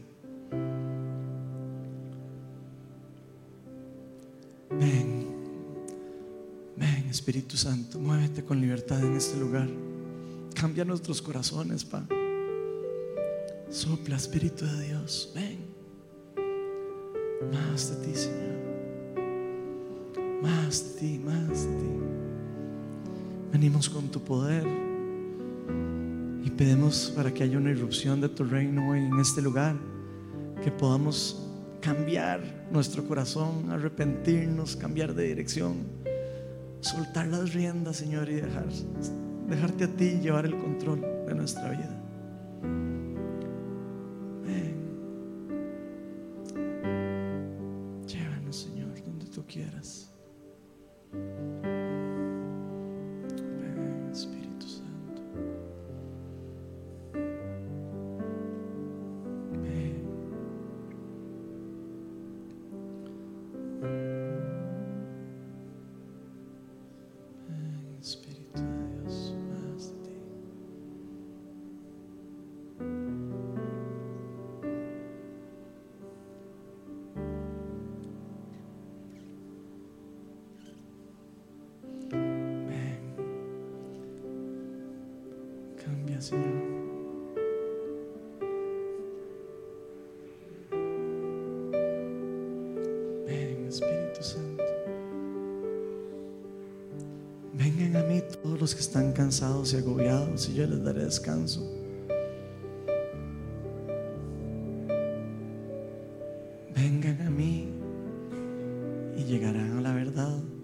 Ven, ven, Espíritu Santo, muévete con libertad en este lugar. Cambia nuestros corazones, pa. Sopla, Espíritu de Dios, ven. Más de ti, Señor. Más de ti, más de ti. Venimos con tu poder y pedimos para que haya una irrupción de tu reino hoy en este lugar, que podamos cambiar nuestro corazón, arrepentirnos, cambiar de dirección, soltar las riendas, Señor, y dejar, dejarte a ti llevar el control de nuestra vida. Ven, llévanos, Señor, donde tú quieras. Ven, Espíritu Santo. Ven. Ven, Espíritu de Dios, más de ti. Cambia, Señor. Ven, Espíritu Santo. Vengan a mí todos los que están cansados y agobiados, y yo les daré descanso. Vengan a mí y llegarán a la verdad.